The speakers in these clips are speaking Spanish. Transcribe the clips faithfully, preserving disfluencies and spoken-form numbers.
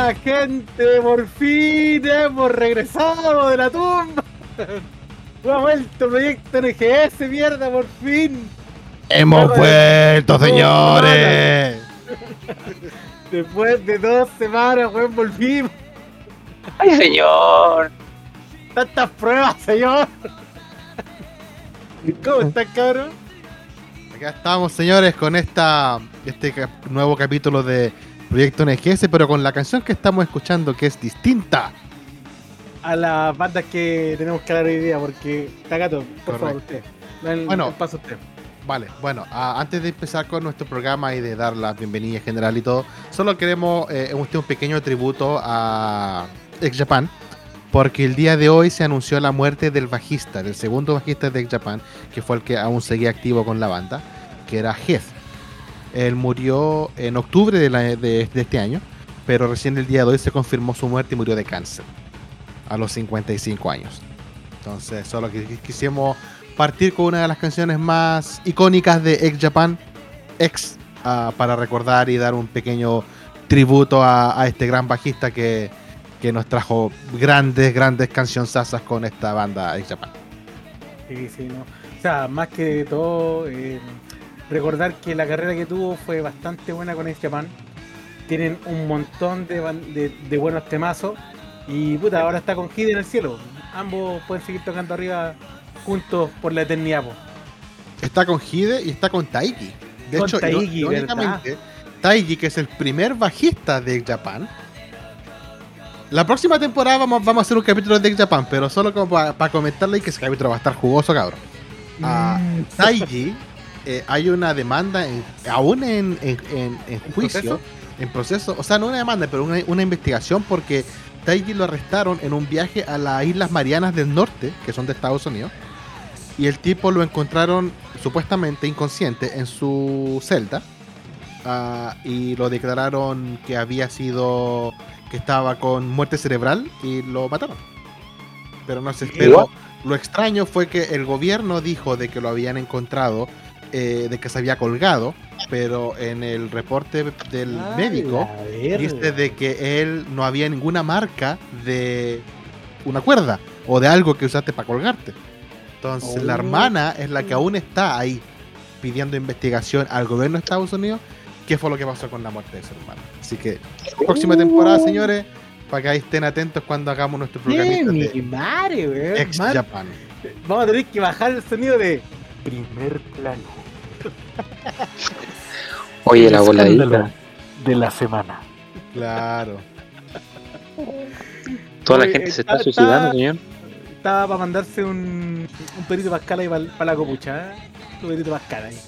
Hola gente, por fin hemos regresado de la tumba. Ha vuelto Proyecto N G S, mierda, por fin. Hemos vuelto, señores. Después de dos semanas, weón, volvimos. ¡Ay, señor! Tantas pruebas, señor. ¿Cómo estás, cabrón? Acá estamos, señores, con esta este cap- nuevo capítulo de Proyecto N G S, pero con la canción que estamos escuchando, que es distinta. A las bandas que tenemos que hablar hoy día, porque Takato, por Correcto. favor, usted. El, Bueno. el paso a usted. Vale, bueno, a- antes de empezar con nuestro programa y de dar la bienvenida general y todo, solo queremos eh, un, un pequeño tributo a X Japan, porque el día de hoy se anunció la muerte del bajista, del segundo bajista de X Japan, que fue el que aún seguía activo con la banda, que era Heath. Él murió en octubre de, la- de- de este año, pero recién el día de hoy se confirmó su muerte y murió de cáncer, a los cincuenta y cinco años. Entonces, solo que quisimos partir con una de las canciones más icónicas de X Japan, X, uh, para recordar y dar un pequeño tributo a, a este gran bajista que, que nos trajo grandes, grandes cancionzas con esta banda X Japan. Sí, sí, no. O sea, más que todo, eh, recordar que la carrera que tuvo fue bastante buena con X Japan. Tienen un montón de, ban- de, de buenos temazos. Y puta, ahora está con Hide en el cielo. Ambos pueden seguir tocando arriba juntos por la eternidad, po. Está con Hide y está con Taiki. De Con hecho, Taiki, iró- irónicamente, Taiki, que es el primer bajista de X Japan. La próxima temporada vamos, vamos a hacer un capítulo de X Japan, pero solo como para comentarle que ese capítulo va a estar jugoso, cabrón. A Mm. Taiji eh, hay una demanda en- aún en, en, en- en juicio, proceso? en proceso, o sea, no una demanda, pero una, una investigación, porque Taiji lo arrestaron en un viaje a las Islas Marianas del Norte, que son de Estados Unidos, y el tipo lo encontraron supuestamente inconsciente en su celda, ah, y lo declararon que había sido, que estaba con muerte cerebral y lo mataron. Pero no sé, pero lo extraño fue que el gobierno dijo de que lo habían encontrado, eh, de que se había colgado, pero en el reporte del Ay, médico la verga. dice de que él no había ninguna marca de una cuerda o de algo que usaste para colgarte. Entonces Oh. la hermana es la que aún está ahí pidiendo investigación al gobierno de Estados Unidos qué fue lo que pasó con la muerte de su hermana. Así que próxima temporada, señores, para que ahí estén atentos cuando hagamos nuestro ¡Qué programita mi de madre, weón! X Man, Japan. vamos a tener que bajar el sonido de primer plano. Oye, El la escándalo voladita. de la semana. Claro. Toda la Oye, gente se está- está suicidando, está- señor. Estaba para mandarse un, un perito pascal ahí para la copucha, ¿eh? Un perito pascal ahí.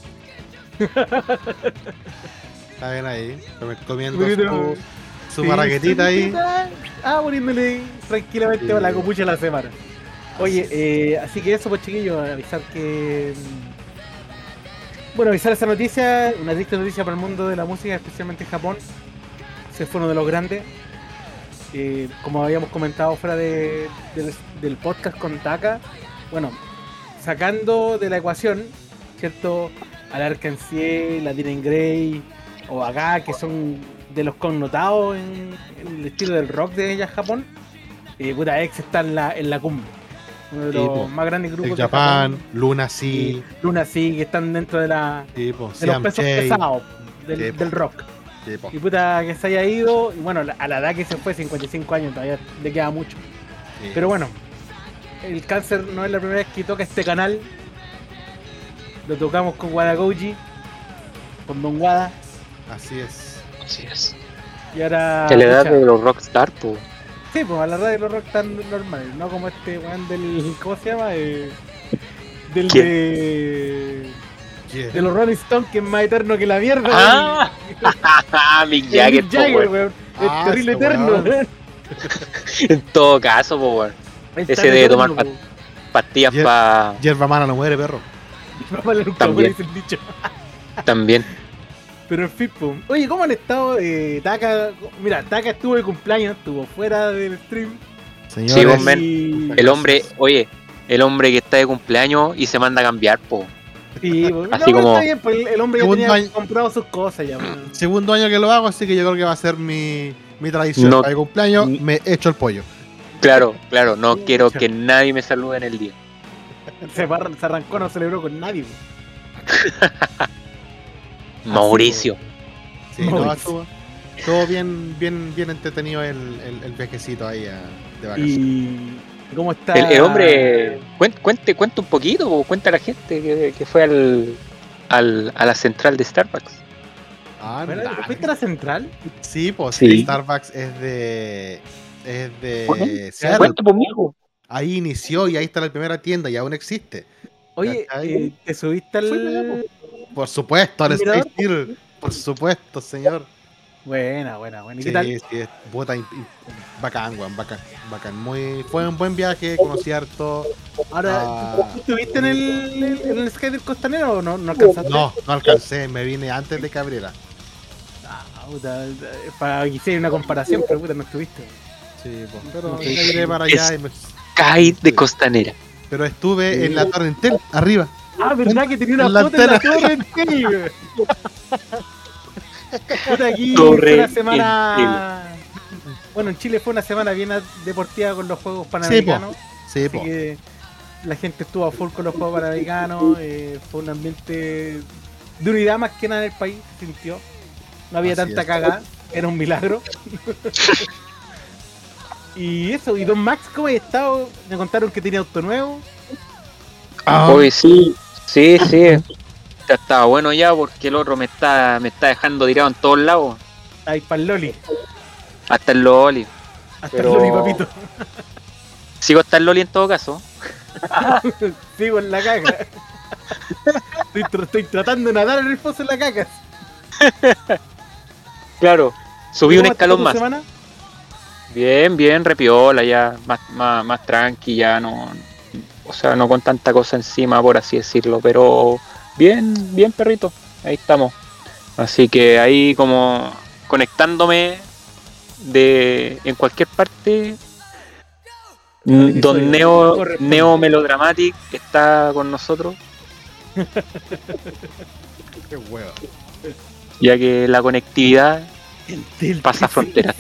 Está bien ahí, comi- comiendo Perito- su, su Sí, marraquetita ahí. cervecita, Ah, poniéndole tranquilamente Sí. para la copucha de la semana. Oye, eh, así que eso, pues chiquillos, avisar que. mm, Bueno, avisar esa noticia, una triste noticia para el mundo de la música, especialmente en Japón. Se fue uno de los grandes. Eh, como habíamos comentado fuera de, del, del podcast con Taka, bueno, sacando de la ecuación, ¿cierto? Al Arc-en-Ciel, a Diren Grey, o acá, que son de los connotados en, en el estilo del rock de ella Japón, eh, puta, X está en la, en la cumbre. Uno de Sí, los po. más grandes grupos X de Japan, Japón. Luna Sí, sí, Luna sí, que están dentro de, la, tipo, de los Siam pesos Chey, pesados del, Sí, po. del rock. tipo. Y puta, que se haya ido, y bueno, la- a la edad que se fue, cincuenta y cinco años, todavía le queda mucho. Sí. Pero bueno, el cáncer no es la primera vez que toca este canal. Lo tocamos con Wadagoji, con Don Wada, Así es. Así es. y ahora. Que la edad pucha, de los rockstar, po. Sí, pues a la edad de los rock tan normales, no como este weón del. ¿Cómo se llama? Eh, del ¿Quién? de. Yeah. De los Rolling Stones, que es más eterno que la mierda. ¡Ah! Mick el, Jagger, Mick po, Jagger, weón. weón. Ah, Es terrible ese eterno, weón. weón. En todo caso, po, weón. Es Ese tan debe eterno, tomar pa- po. Pastillas Ye- pa... Yerba mala no muere, perro. Vale, nunca También. muere, dice el dicho. También. Pero en fin, po. Oye, ¿cómo han estado? Eh, Taka, mira, Taka estuvo de cumpleaños, estuvo fuera del stream. Sí, Señores, vos, men. Y... El hombre, oye, el hombre que está de cumpleaños y se manda a cambiar, po. Sí, pues, Así no, como- está bien, pues el, el hombre ya Segundo tenía año. comprado sus cosas ya. pues. Segundo año que lo hago, así que yo creo que va a ser mi, mi tradición. No- Para mi cumpleaños n- me echo el pollo. Claro, claro, no Pucha. quiero que nadie me salude en el día. Se, par- se arrancó, no celebró con nadie. pues. Mauricio. Sí, no, Mauricio. estuvo, estuvo bien, bien, bien entretenido el, el, el viajecito ahí a- de vacaciones. Y cómo está. El, el hombre, cuente, cuente, cuente un poquito, o cuenta a la gente que, que fue al, al, a la central de Starbucks. Ah, Bueno, nah. ¿fuiste a la central? Sí, pues Sí. Starbucks es de. Es de. Cuente, Seattle. Cuente conmigo. Ahí inició y ahí está la primera tienda y aún existe. Oye, ¿Cachai? eh, ¿te subiste Fui para allá, al. Por supuesto, al ¿El mirador? Space Needle. Por supuesto, señor. Buena, buena, buena. ¿Y Sí, qué tal? sí, es puta, in- in- bacán, weón, bacán, bacán. Muy, fue un buen viaje, conocí harto. Ahora, Ah. ¿tú estuviste en el, en el Sky del Costanero o no, no alcanzaste? No, no alcancé, me vine antes de Cabrera. Ah, puta, para que hiciera una comparación, pero puta, no estuviste. Sí, po, pero No me te- iré para allá y me- Sky de Costanera. Pero estuve en la Torre Entel, arriba. Ah, ¿verdad que tenía una En la foto en la antena. torre en Tel? Puta, aquí Torre fue una en semana. Bueno, en Chile fue una semana bien deportiva con los Juegos Panamericanos. Sí, así po. que la gente estuvo a full con los Juegos Panamericanos. eh, fue un ambiente de unidad más que nada en el país, se sintió. No había Así tanta es. cagada, era un milagro. Y eso, y Don Max, ¿cómo ha estado? Me contaron que tenía auto nuevo. Ah, Hoy sí, sí, sí. Ya estaba bueno ya porque el otro me está, me está dejando tirado en todos lados. Ahí para el Loli. Hasta el Loli. Hasta Pero- el Loli, papito. Sigo hasta el Loli en todo caso. Sigo en la caca. Estoy, tr- estoy tratando de nadar en el pozo en la caca. Claro. Subí un ¿Cómo escalón estuvo más. tu semana? Bien, bien, repiola ya, más, más, más tranqui, ya no, o sea, no con tanta cosa encima, por así decirlo, pero bien, bien perrito, ahí estamos. Así que ahí como conectándome de en cualquier parte, mm, episodio Don Neo, corresponde. Neo Melodramatic está con nosotros, qué huevo. ya que la conectividad Del- pasa fronteras.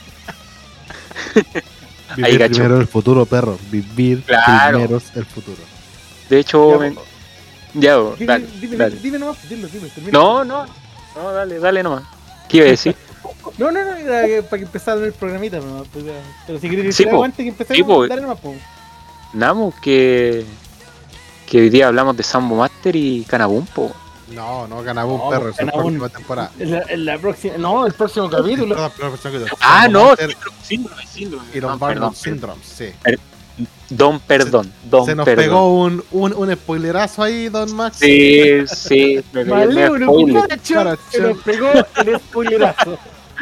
Vivir Ahí, cacho. primero el futuro, perro. Vivir Claro. primero el futuro. De hecho, Ya, me- po. ya, bo, Dime, dale, dime, dale. dime nomás, dilo, dilo, termina. No, no, no, dale, dale nomás. ¿Qué iba a decir? No, no, no, era que- para que empezaran el programita, no, pues, ya. Pero si quieres Sí, decir po. algo antes que empecemos, Sí, po. dale nomás, po. Namo, que, que hoy día hablamos de Sambo Master y Canabumpo. No, no ganaba No, un perro, pues, esa fue la Canabún. última temporada. En la, en la próxima, no, el próximo capítulo. Perdón, perdón, perdón, perdón. Ah, Sambo no, Master síndrome, síndrome. y los No, Barnum perdón, Syndrome, sí. Don perdón, don Se nos perdón. pegó un, un, un spoilerazo ahí, Don Max. Sí, sí, me pegué el Maleo, no, spoiler. muchacho, Claro, se nos pegó el spoilerazo.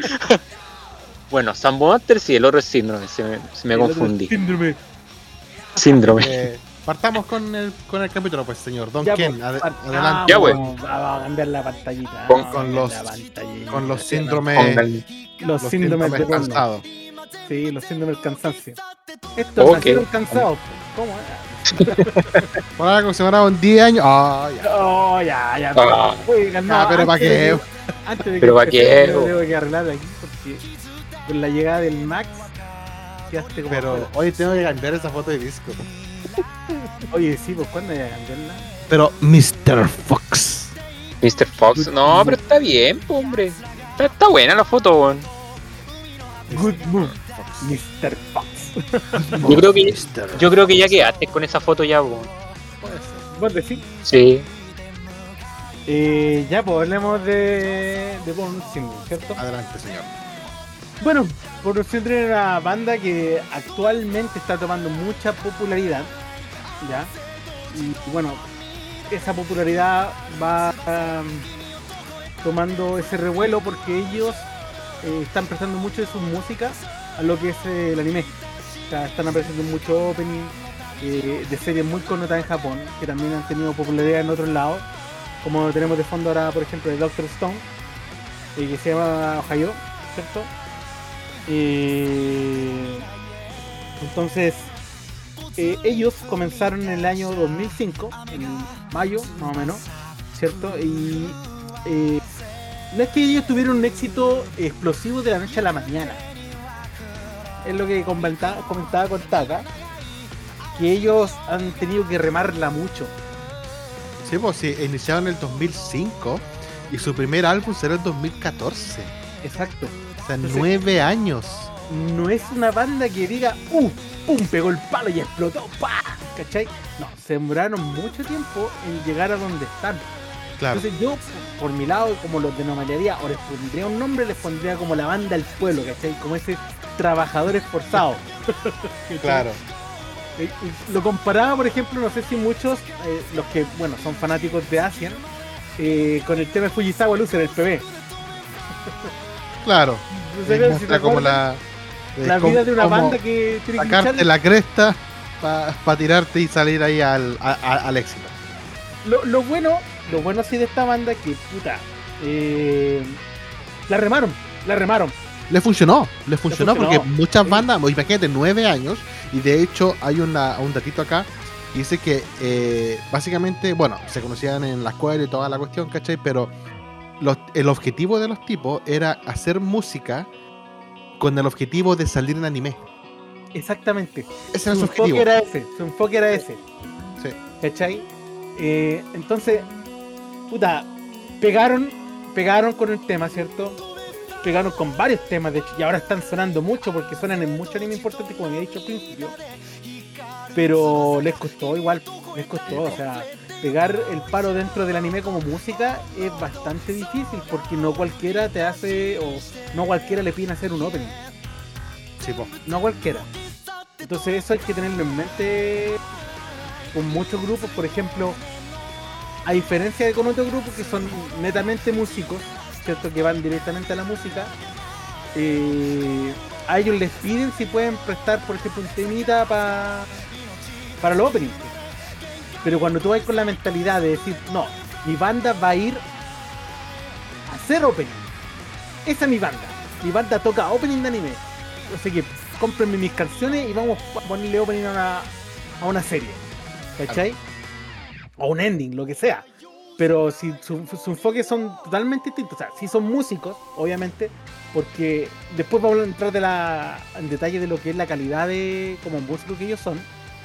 Bueno, Sambo Master sí, el otro es síndrome, se me, se me El otro confundí. síndrome. Síndrome. Eh, partamos con el, con el capítulo, pues, señor. Don Ya, Ken, pues, ade- partamos. adelante. Ya, güey. Vamos a cambiar la pantallita. Con- vamos a con cambiar los- la pantallita. Con los Sí, síndromes, Pongan- Los, los síndromes de porno. cansados. Sí, los síndromes del cansancio. Estos Ok. nacieron cansados. ¿Cómo es? Por algo se ganaron diez años. Ah, ya. Oh, ya, ya. Ah. Oigan, no, Ah, pero ¿para antes de qué? que- Antes de que Pero ¿para qué? empecemos, yo tengo que arreglar aquí porque con la llegada del Max quedaste como Pero afuera. hoy tengo que cambiar esa foto de disco. Oye, sí, pues ¿cuándo voy a cambiarla? Pero mister Fox. mister Fox, no, pero está bien, po, hombre. Está, está buena la foto, weón. Good move, mister Fox. Yo creo que yo creo que ya quedaste con esa foto ya, weón. ¿Vos decís? Sí. Eh, ya, pues hablemos de, de Born Syndrome, ¿cierto? Adelante, señor. Bueno, Born Syndrome es una banda que actualmente está tomando mucha popularidad, ¿ya? Y, y bueno, esa popularidad va um, tomando ese revuelo porque ellos eh, están prestando mucho de su música a lo que es eh, el anime. O sea, están apareciendo mucho opening eh, de series muy connotadas en Japón, que también han tenido popularidad en otros lados, como tenemos de fondo ahora, por ejemplo, de Doctor Stone, eh, que se llama Ohio, ¿cierto? Eh, entonces, eh, ellos comenzaron en el año dos mil cinco, en mayo más o menos, ¿cierto? Y eh, no es que ellos tuvieron un éxito explosivo de la noche a la mañana. Es lo que comentaba, comentaba con Taka, que ellos han tenido que remarla mucho. Sí, pues sí, iniciaron en el dos mil cinco y su primer álbum será el dos mil catorce. Exacto. O sea, Entonces, nueve años. No es una banda que diga, ¡uh! ¡Pum! Pegó el palo y explotó, ¡pa! ¿Cachai? No, se demoraron mucho tiempo en llegar a donde están. Claro. Entonces yo, por mi lado, como los denominaría, o les pondría un nombre, les pondría como la banda del pueblo, ¿cachai? Como ese trabajador esforzado. Claro. Eh, y lo comparaba, por ejemplo, no sé si muchos, eh, los que, bueno, son fanáticos de Asian, eh, con el tema de Fujisawa Loser, el P B. Claro. No sé Eh, si te muestra como acuerdas, la, eh, la cómo- vida de una cómo banda que tiene que sacarte luchar. la cresta para pa tirarte y salir ahí al, a- a- al éxito. Lo, lo bueno, lo bueno sí de esta banda es que, puta, eh, la remaron, la remaron. Le funcionó, le funcionó, funcionó, porque muchas sí. bandas, imagínate, nueve años, y de hecho hay una, un datito acá que dice que eh, básicamente, bueno, se conocían en la escuela y toda la cuestión, ¿cachai? Pero los- el objetivo de los tipos era hacer música con el objetivo de salir en anime. Exactamente. Ese era Su su enfoque objetivo. era ese, su enfoque era ese. Sí. ¿Cachai? Eh, entonces, puta, pegaron, pegaron con el tema, ¿cierto? Pegaron con varios temas, de hecho, y ahora están sonando mucho porque suenan en muchos animes importantes, como había dicho al principio. Pero les costó igual, les costó, o sea, pegar el palo dentro del anime como música es bastante difícil porque no cualquiera te hace, o no cualquiera le pide hacer un opening, Sí, po. no cualquiera. Entonces eso hay que tenerlo en mente con muchos grupos, por ejemplo, a diferencia de con otros grupos que son netamente músicos, ¿cierto? Que van directamente a la música, eh, a ellos les piden si pueden prestar, por ejemplo, un temita pa, para los openings. Pero cuando tú vas con la mentalidad de decir, no, mi banda va a ir a hacer opening, esa es mi banda, mi banda toca opening de anime, así que cómprenme mis canciones y vamos a ponerle opening a una, a una serie, ¿cachai? O un ending, lo que sea. Pero si su, su enfoque son totalmente distintos, o sea, si son músicos, obviamente, porque después vamos a entrar de la, en detalle de lo que es la calidad de como músicos que ellos son.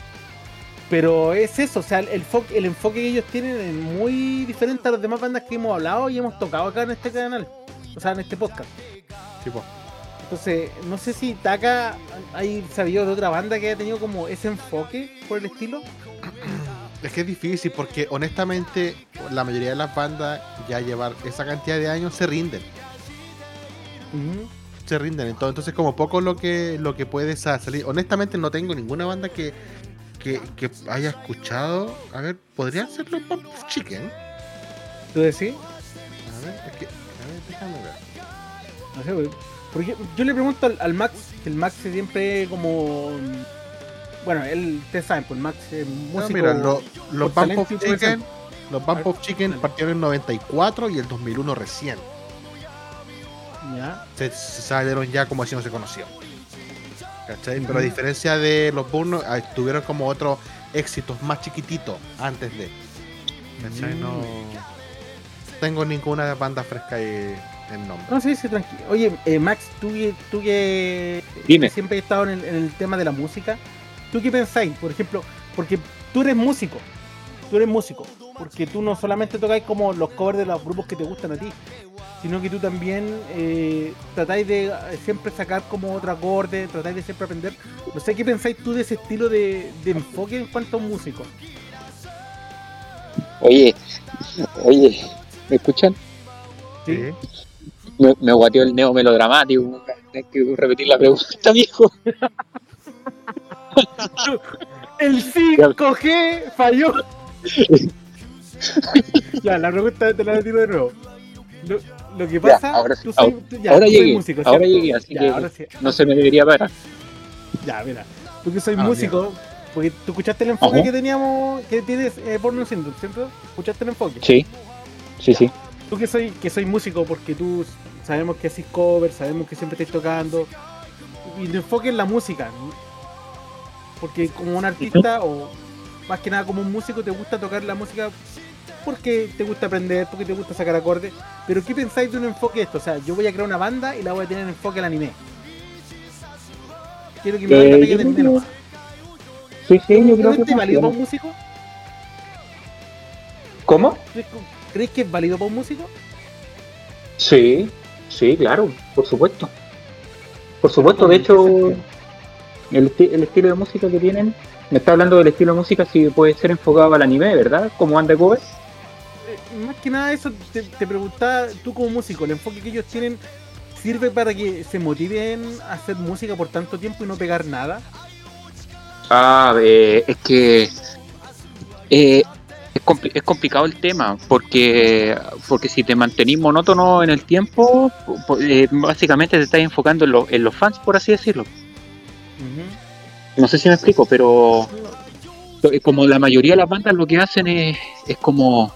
Pero es eso, o sea, el, el, enfoque, el enfoque que ellos tienen es muy diferente a las demás bandas que hemos hablado y hemos tocado acá en este canal, o sea, en este podcast. Sí, po. Entonces, no sé si Taka hay sabido de otra banda que haya tenido como ese enfoque por el estilo. Es que es difícil porque honestamente la mayoría de las bandas ya llevar esa cantidad de años se rinden. Uh-huh. Se rinden. Entonces, entonces como poco lo que lo que puede sa- salir. Honestamente no tengo ninguna banda que, que, que haya escuchado. A ver, podrían ser los Pump Chicken. ¿Tú decís? A ver, es que. A ver, déjame ver. No sé, güey. Porque yo le pregunto al, al Max, que el Max siempre como... Bueno, él, ustedes saben, pues el Max es músico... No, mira, lo- los por Bump talento of y por Chicken. Los Bump of Chicken Dale. partieron en noventa y cuatro y el dos mil uno recién. Ya. Se, se salieron ya como así no se conoció. ¿Cachai? Ujú. Pero a diferencia de los Burnos, ah, tuvieron como otros éxitos más chiquititos antes de. ¿Cachai? Mm. No tengo ninguna banda fresca ahí en nombre. No, sí, sí, tranquilo. Oye, eh, Max, tú, que- tú que Dime. que siempre has estado en el, en el tema de la música, ¿tú qué pensáis? Por ejemplo, porque tú eres músico, tú eres músico, porque tú no solamente tocáis como los covers de los grupos que te gustan a ti, sino que tú también eh, tratáis de eh, siempre sacar como otro acorde, tratáis de siempre aprender. No sé qué pensáis tú de ese estilo de, de enfoque en cuanto a un músico. Oye, oye, ¿me escuchan? ¿Sí? Me, me guateó el neo melodramático. Hay que repetir la pregunta, viejo. El cinco G falló. Ya, la pregunta te la retiro de nuevo. Lo, lo que pasa, Ya, ahora sí, tú soy, ahora- tú- ya, ahora tú soy llegué, músico, ahora ¿cierto? llegué, así Ya, que ahora sí. no se me debería parar. Ya, mira, tú que soy Ah, músico, porque tú escuchaste el enfoque Ajá. que teníamos, que tienes eh, Porno Syndrome, ¿cierto? ¿Escuchaste el enfoque? Sí, sí, sí. Tú que soy, que soy músico, porque tú sabemos que haces cover, sabemos que siempre estás tocando, y tu enfoque en la música. Porque como un artista o más que nada como un músico te gusta tocar la música porque te gusta aprender, porque te gusta sacar acordes. Pero ¿qué pensáis de un enfoque de esto? O sea, yo voy a crear una banda y la voy a tener en enfoque al anime. Quiero que mi banda Eh, pegue yo de creo anime que- nomás. Sí, sí, yo creo ¿Crees que que es válido para un funciona. músico? ¿Cómo? ¿Crees crees que es válido para un músico? Sí, sí, claro, por supuesto. Por supuesto, ¿Cómo? de ¿En qué hecho, sentido? el, esti- el estilo de música que tienen, me está hablando del estilo de música si puede ser enfocado al anime, ¿verdad? Como Undercover. Eh, más que nada eso te, te preguntaba tú como músico, el enfoque que ellos tienen sirve para que se motiven a hacer música por tanto tiempo y no pegar nada. Ah, eh, es que eh, es, compli- es complicado el tema, porque porque si te mantenís monótono en el tiempo, po- eh, básicamente te estás enfocando en, lo- en los fans, por así decirlo. Ujú. No sé si me explico, pero No, eh, como la mayoría de las bandas lo que hacen es, es como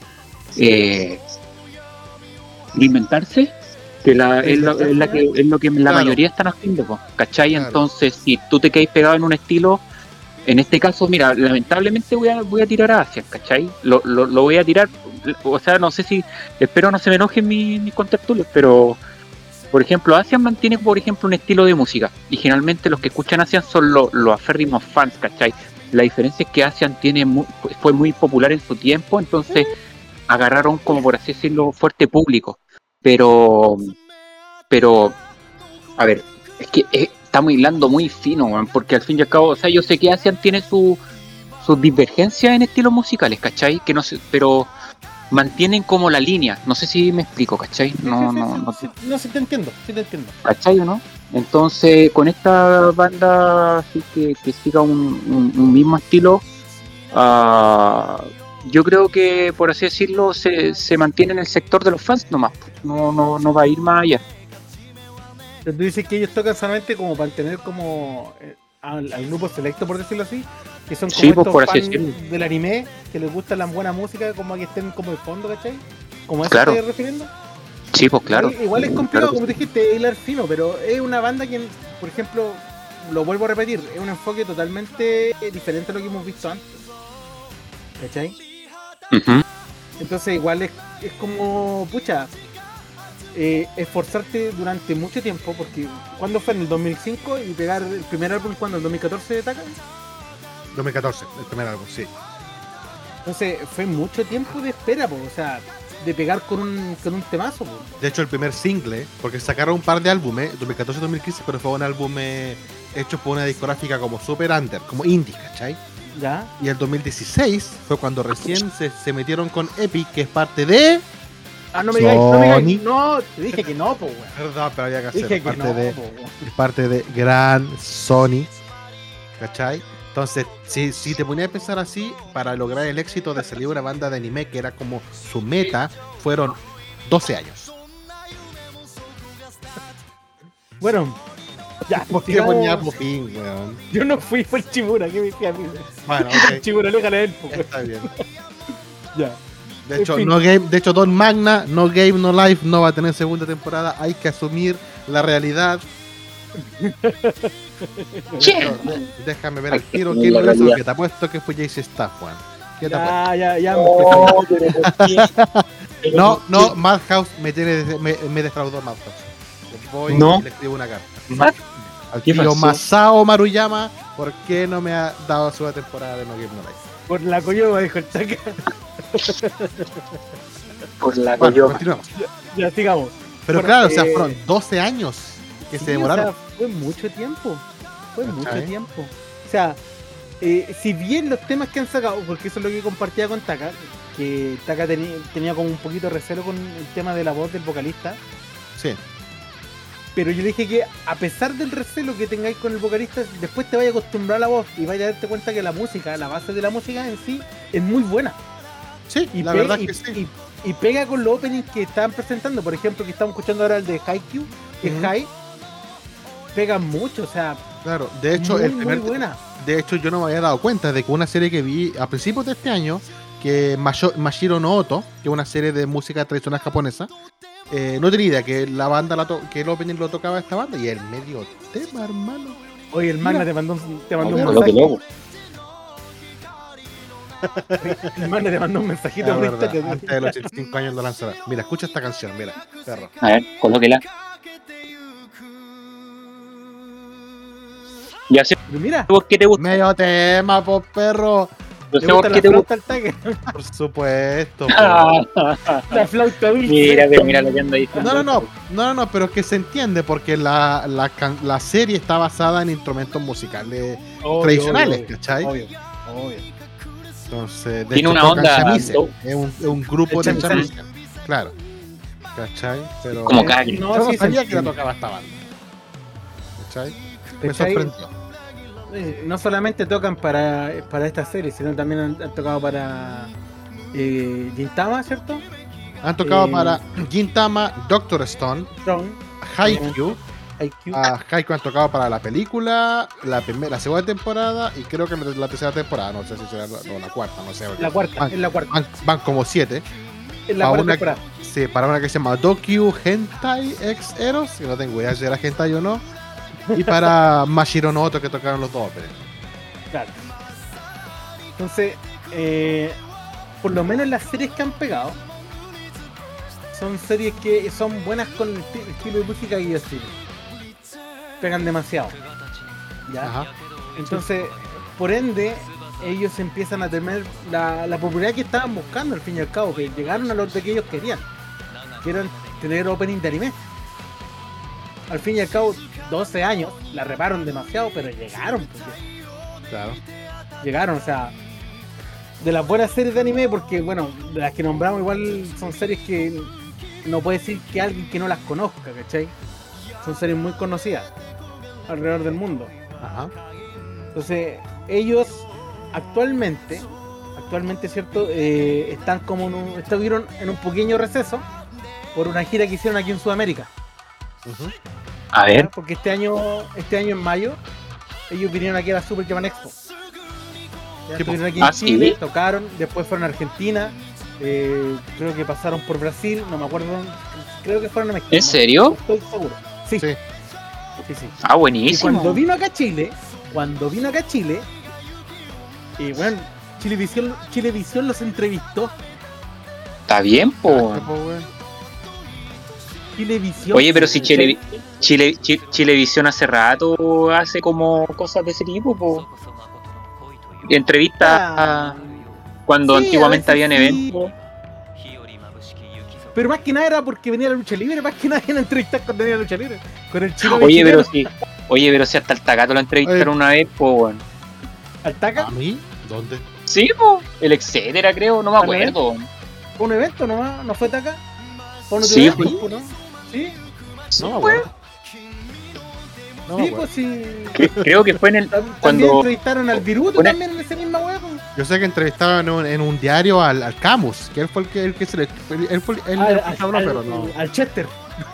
eh, reinventarse, que la, es, lo, es la que, es lo que la Claro. mayoría están haciendo, po, ¿cachai? Claro. Entonces, si tú te quedas pegado en un estilo, en este caso, mira, lamentablemente voy a, voy a tirar a Asia, ¿cachai? Lo, lo, lo voy a tirar, o sea, no sé si, espero no se me enojen mis, mis contertulios, pero, por ejemplo, Asian mantiene, por ejemplo, un estilo de música, y generalmente los que escuchan Asian son lo- los aférrimos fans, ¿cachai? La diferencia es que Asian tiene mu- fue muy popular en su tiempo, entonces agarraron, como por así decirlo, fuerte público, pero, pero, a ver, es que eh, estamos hilando muy fino, man, porque al fin y al cabo, o sea, yo sé que Asian tiene su sus divergencias en estilos musicales, ¿cachai? Que no sé, pero mantienen como la línea. No sé si me explico, ¿cachai? sí, No, sí, sí, no, sí, no, sí, no, sí te entiendo, sí te entiendo. ¿cachai o no? Entonces, con esta banda así que, que siga un, un- un mismo estilo, ah, yo creo que, por así decirlo, se, se mantiene en el sector de los fans nomás. No, no, no va a ir más allá. Pero tú dices que ellos tocan solamente como para tener como eh, al, al grupo selecto, por decirlo así, que son como Sí, pues, estos por así fans decirlo. del anime, que les gusta la buena música, como que estén como de fondo, ¿cachai? ¿Como a eso Claro. te estás refiriendo? Sí, pues claro. Igual, igual es complicado, Claro que como sí. te dijiste, hilar fino, pero es una banda que, por ejemplo, lo vuelvo a repetir, es un enfoque totalmente diferente a lo que hemos visto antes. ¿Cachai? Ujú. Entonces igual es, es como, pucha, eh, esforzarte durante mucho tiempo, porque cuando fue en el dos mil cinco y pegar el primer álbum cuando en el dos mil catorce de Taka, dos mil catorce, el primer álbum, sí. entonces fue mucho tiempo de espera, po, o sea, de pegar con un, con un temazo, po. De hecho, el primer single, porque sacaron un par de álbumes, dos mil catorce dos mil quince, pero fue un álbum eh, hecho por una discográfica como super under, como indie, ¿cachai? ¿Ya? Y el dos mil dieciséis fue cuando recién se, se metieron con Epic, que es parte de... Ah, no me digáis, no me Sony. digáis, no, te dije que no, po, weón. Verdad, pero había que hacer Dije que parte no, de... po, weón. es parte de Gran Sony, ¿cachai? Entonces, si, si te ponías a pensar así, para lograr el éxito de salir una banda de anime que era como su meta, fueron doce años. Bueno, ya, ¿Por qué sigamos. ponía Popín, weón? Yo no fui, fue el Chimura, que me decía a mí. Bueno, El ok, Chimura, déjale a él, po, weón. está bien. Ya. De En hecho, fin. no game, de hecho, Don Magna, no Game, no Life, no va a tener segunda temporada. Hay que asumir la realidad. Pero, de- déjame ver Hay el que tiro. asumir ¿Quién la lo hizo? realidad. Que te apuesto que fue Jace Staff, Juan. ¿Qué te apuesto? Ya, ya, ya. Oh, pero ¿por qué? No, no, Madhouse me tiene me, me defraudó Madhouse. Voy No. y le escribo una carta. ¿Más? Al ¿Qué tío pasó? Masao Maruyama, ¿por qué no me ha dado su temporada de No Game No Life? Por la coyoba, dijo el Taka. Por la Bueno, coyopa. continuamos. Ya, sigamos. Pero Bueno, claro, o sea, eh, fueron doce años que Sí, se demoraron. O sea, fue mucho tiempo. Fue ¿Cachai? mucho tiempo. O sea, eh, si bien los temas que han sacado, porque eso es lo que compartía con Taka, que Taka tenía, tenía como un poquito de recelo con el tema de la voz del vocalista, Sí. pero yo le dije que a pesar del recelo que tengáis con el vocalista, después te vayas a acostumbrar a la voz y vayas a darte cuenta que la música, la base de la música en sí, es muy buena. Sí, Y, la pega, verdad y, es que sí. y- y pega con los openings que estaban presentando. Por ejemplo, que estamos escuchando ahora el de Haikyuu, que Ujú. es High. Pega mucho, o sea, Claro, de hecho, muy, el primer, muy buena. de hecho, yo no me había dado cuenta de que una serie que vi a principios de este año, que Masho- Mashiro no Oto, que es una serie de música tradicional japonesa, eh, no tenía idea que la banda, la to- que el opening lo tocaba esta banda, y el medio tema, hermano. Oye, el Magna te mandó un, te mandó un Loco, mensaje. loco. El Magna te mandó un mensajito La por verdad, Instagram. antes de los ochenta y cinco años lo lanzará. Mira, escucha esta canción, mira, perro. A ver, colóquela. Ya sé Pero mira, por qué te gusta. Medio tema, po perro. Yo ¿te sé gusta por la qué te flauta gusta. al taque? Por supuesto. po. La flauta dulce. Mira, pero mira lo que anda diciendo. No, no, no, no, no, no, pero es que se entiende porque la, la, can- la serie está basada en instrumentos musicales Obvio, tradicionales, obvio, ¿cachai? Obvio, obvio. Entonces, de Tiene hecho, una tocan onda chamises, do- es un, es un grupo de El chamisén. chamises, claro, ¿cachai? Pero Como Eh, Cagri. No, yo no sí, sabía se que la entiende. tocaba esta banda, ¿cachai? Me ¿Cachai? sorprendió. Eh, No solamente tocan para, para esta serie, sino también han, han tocado para eh, Gintama, ¿cierto? Han tocado Eh, para Gintama, Doctor Stone, Strong, Haikyuu, I Q. a Haikyuu han tocado para la película, la primera, la segunda temporada y creo que la, la tercera temporada, no sé si será la, no, la cuarta, no sé. La cuarta, Van, es la cuarta. van- van como siete. Es la pa' cuarta una- temporada. Sí, para una que se llama Dokyu Hentai X Eros, que no tengo idea si era hentai o no. Y para Mashiro no Oto, que tocaron los dos óperas. Claro. Entonces, eh, por lo menos las series que han pegado son series que son buenas con el esti- estilo de música y estilo. Pegan demasiado. ¿Ya? Ajá. Entonces, por ende, ellos empiezan a tener la, la popularidad que estaban buscando al fin y al cabo, que llegaron a lo que ellos querían, que eran tener opening de anime. Al fin y al cabo, doce años, la reparon demasiado, pero llegaron, pues, Claro. llegaron, o sea, de las buenas series de anime, porque bueno, de las que nombramos igual son series que no puede decir que alguien que no las conozca, ¿cachai? Son series muy conocidas alrededor del mundo. Ajá. Entonces, ellos actualmente, actualmente, ¿cierto? Eh, están como en un, estuvieron en un pequeño receso por una gira que hicieron aquí en Sudamérica. Ujú. A ver. ¿Ya? Porque este año, este año en mayo, ellos vinieron aquí a la Super Japan Expo. Ya Sí, po. estuvieron aquí Ah, en ¿sí? Chile, tocaron, después fueron a Argentina, eh, creo que pasaron por Brasil, no me acuerdo, creo que fueron a México. ¿En no- serio? no estoy seguro. Sí, Sí. sí, sí. Ah, Y buenísimo. cuando vino acá a Chile, cuando vino acá a Chile, y bueno, Chilevisión, Chilevisión los entrevistó. Está bien, po. Cacha, po, weón. Chilevisión. Oye, pero si ¿cachai? Chile, Chile, Chi- Chilevisión hace rato hace como cosas de ese tipo, po. Entrevistas Ah, cuando sí, antiguamente a habían veces sí. eventos. Pero más que nada era porque venía la lucha libre, más que nada en entrevistas cuando venía la lucha libre. Con el chino Oye, pero chileno. sí. Oye, pero si hasta el Takato lo entrevistaron una vez, po, weón. ¿Al Taca? ¿A mí? ¿Dónde? Sí, po. El etcétera, creo, no me ¿Al evento? acuerdo. ¿Fue un evento nomás? ¿No fue Taca? ¿Fue un Sí, evento, fue. ¿no? Sí, No me Sí, acuerdo. No me sí, acuerdo. pues sí. que- Creo que fue en el. Tam- También Cuando. entrevistaron al Viruto Una- también en ese misma hueá. pues. Yo sé que entrevistaban en un, en un diario al, al Camus, que él fue el que, el que se le. Él, él fue él Al, el al- que habló, al- pero no. al Chester.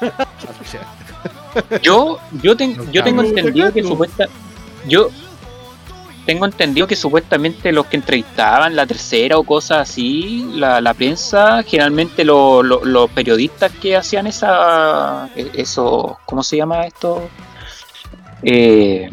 Yo, yo, ten- Los yo tengo cabros. entendido que supuesta, yo tengo entendido que supuestamente los que entrevistaban la tercera o cosas así, la, la prensa, generalmente lo- lo- los periodistas que hacían esa, e- eso, ¿cómo se llama esto? Eh,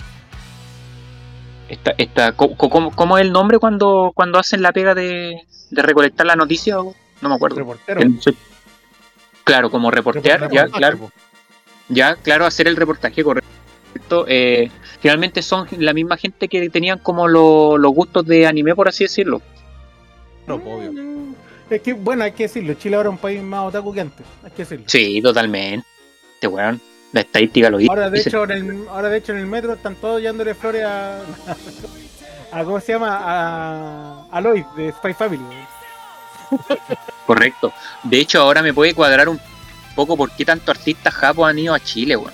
esta, esta, co- co- ¿cómo, cómo es el nombre cuando, cuando hacen la pega de, de recolectar la noticia? No me acuerdo. Reportero. El- Claro, como reportear, ya, Reportaje, claro. po. Ya, claro, hacer el reportaje correcto. Eh, finalmente son la misma gente que tenían como lo- los gustos de anime, por así decirlo. No, po, obvio. Mm, Es que, bueno, hay que decirlo. Chile ahora es un país más otaku que antes. Hay que decirlo. Sí, totalmente. Este weón, la estadística lo dice. Ahora de hecho en el, ahora de hecho en el metro están todos llevándole flores a, a ¿cómo se llama? A, a Lloyd de Spy Family. Correcto. De hecho, ahora me puede cuadrar un poco por qué tantos artistas japos han ido a Chile, weón.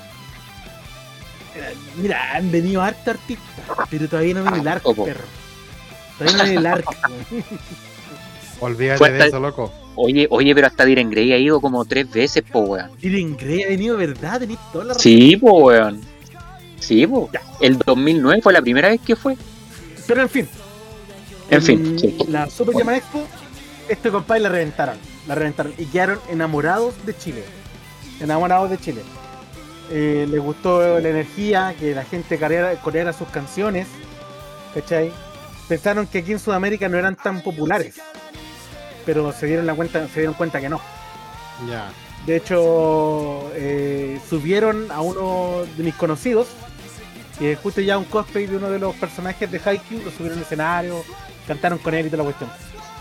Mira, han venido hartos artistas, pero todavía no viene el arco, Harto, po. perro. Todavía no viene el arco. Olvídate Fue de hasta- eso, loco. Oye, oye, pero hasta Diren Grey ha ido como tres veces, po, weón. Miren, Grey ha venido, ¿verdad? Tenéis toda la razón. Sí, po, weón. Sí, po. El dos mil nueve fue la primera vez que fue. Pero en fin. En fin, sí. La Super Japan Expo, este compadre la reventaron. La reventaron y quedaron enamorados de Chile. Enamorados de Chile. eh, les gustó la energía, que la gente coreara, coreara sus canciones, ¿cachai? Pensaron que aquí en Sudamérica no eran tan populares, pero se dieron la cuenta, se dieron cuenta que no. Ya. De hecho, eh, subieron a uno de mis conocidos, que justo ya un cosplay de uno de los personajes de Haikyuu, lo subieron al escenario, cantaron con él y toda la cuestión.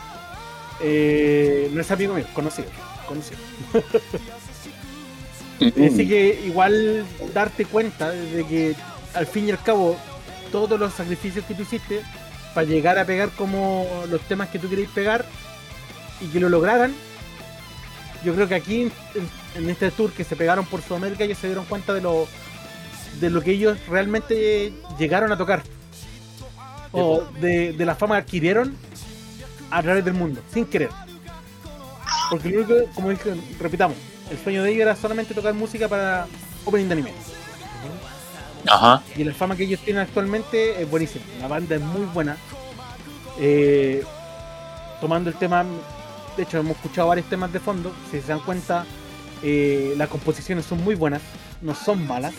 Eh, no es amigo mío, conocido, conocido. Así que igual darte cuenta de que al fin y al cabo todos los sacrificios que tú hiciste para llegar a pegar como los temas que tú queréis pegar y que lo lograran. Yo creo que aquí en, en este tour que se pegaron por Sudamérica ellos se dieron cuenta de lo de lo que ellos realmente llegaron a tocar o de, de la fama que adquirieron a través del mundo, sin querer. Porque lo único, como dije, repitamos, el sueño de ellos era solamente tocar música para opening de anime. Ajá. Y la fama que ellos tienen actualmente es buenísima. La banda es muy buena. Eh, tomando el tema, de hecho hemos escuchado varios temas de fondo. Si se dan cuenta, eh, las composiciones son muy buenas, no son malas.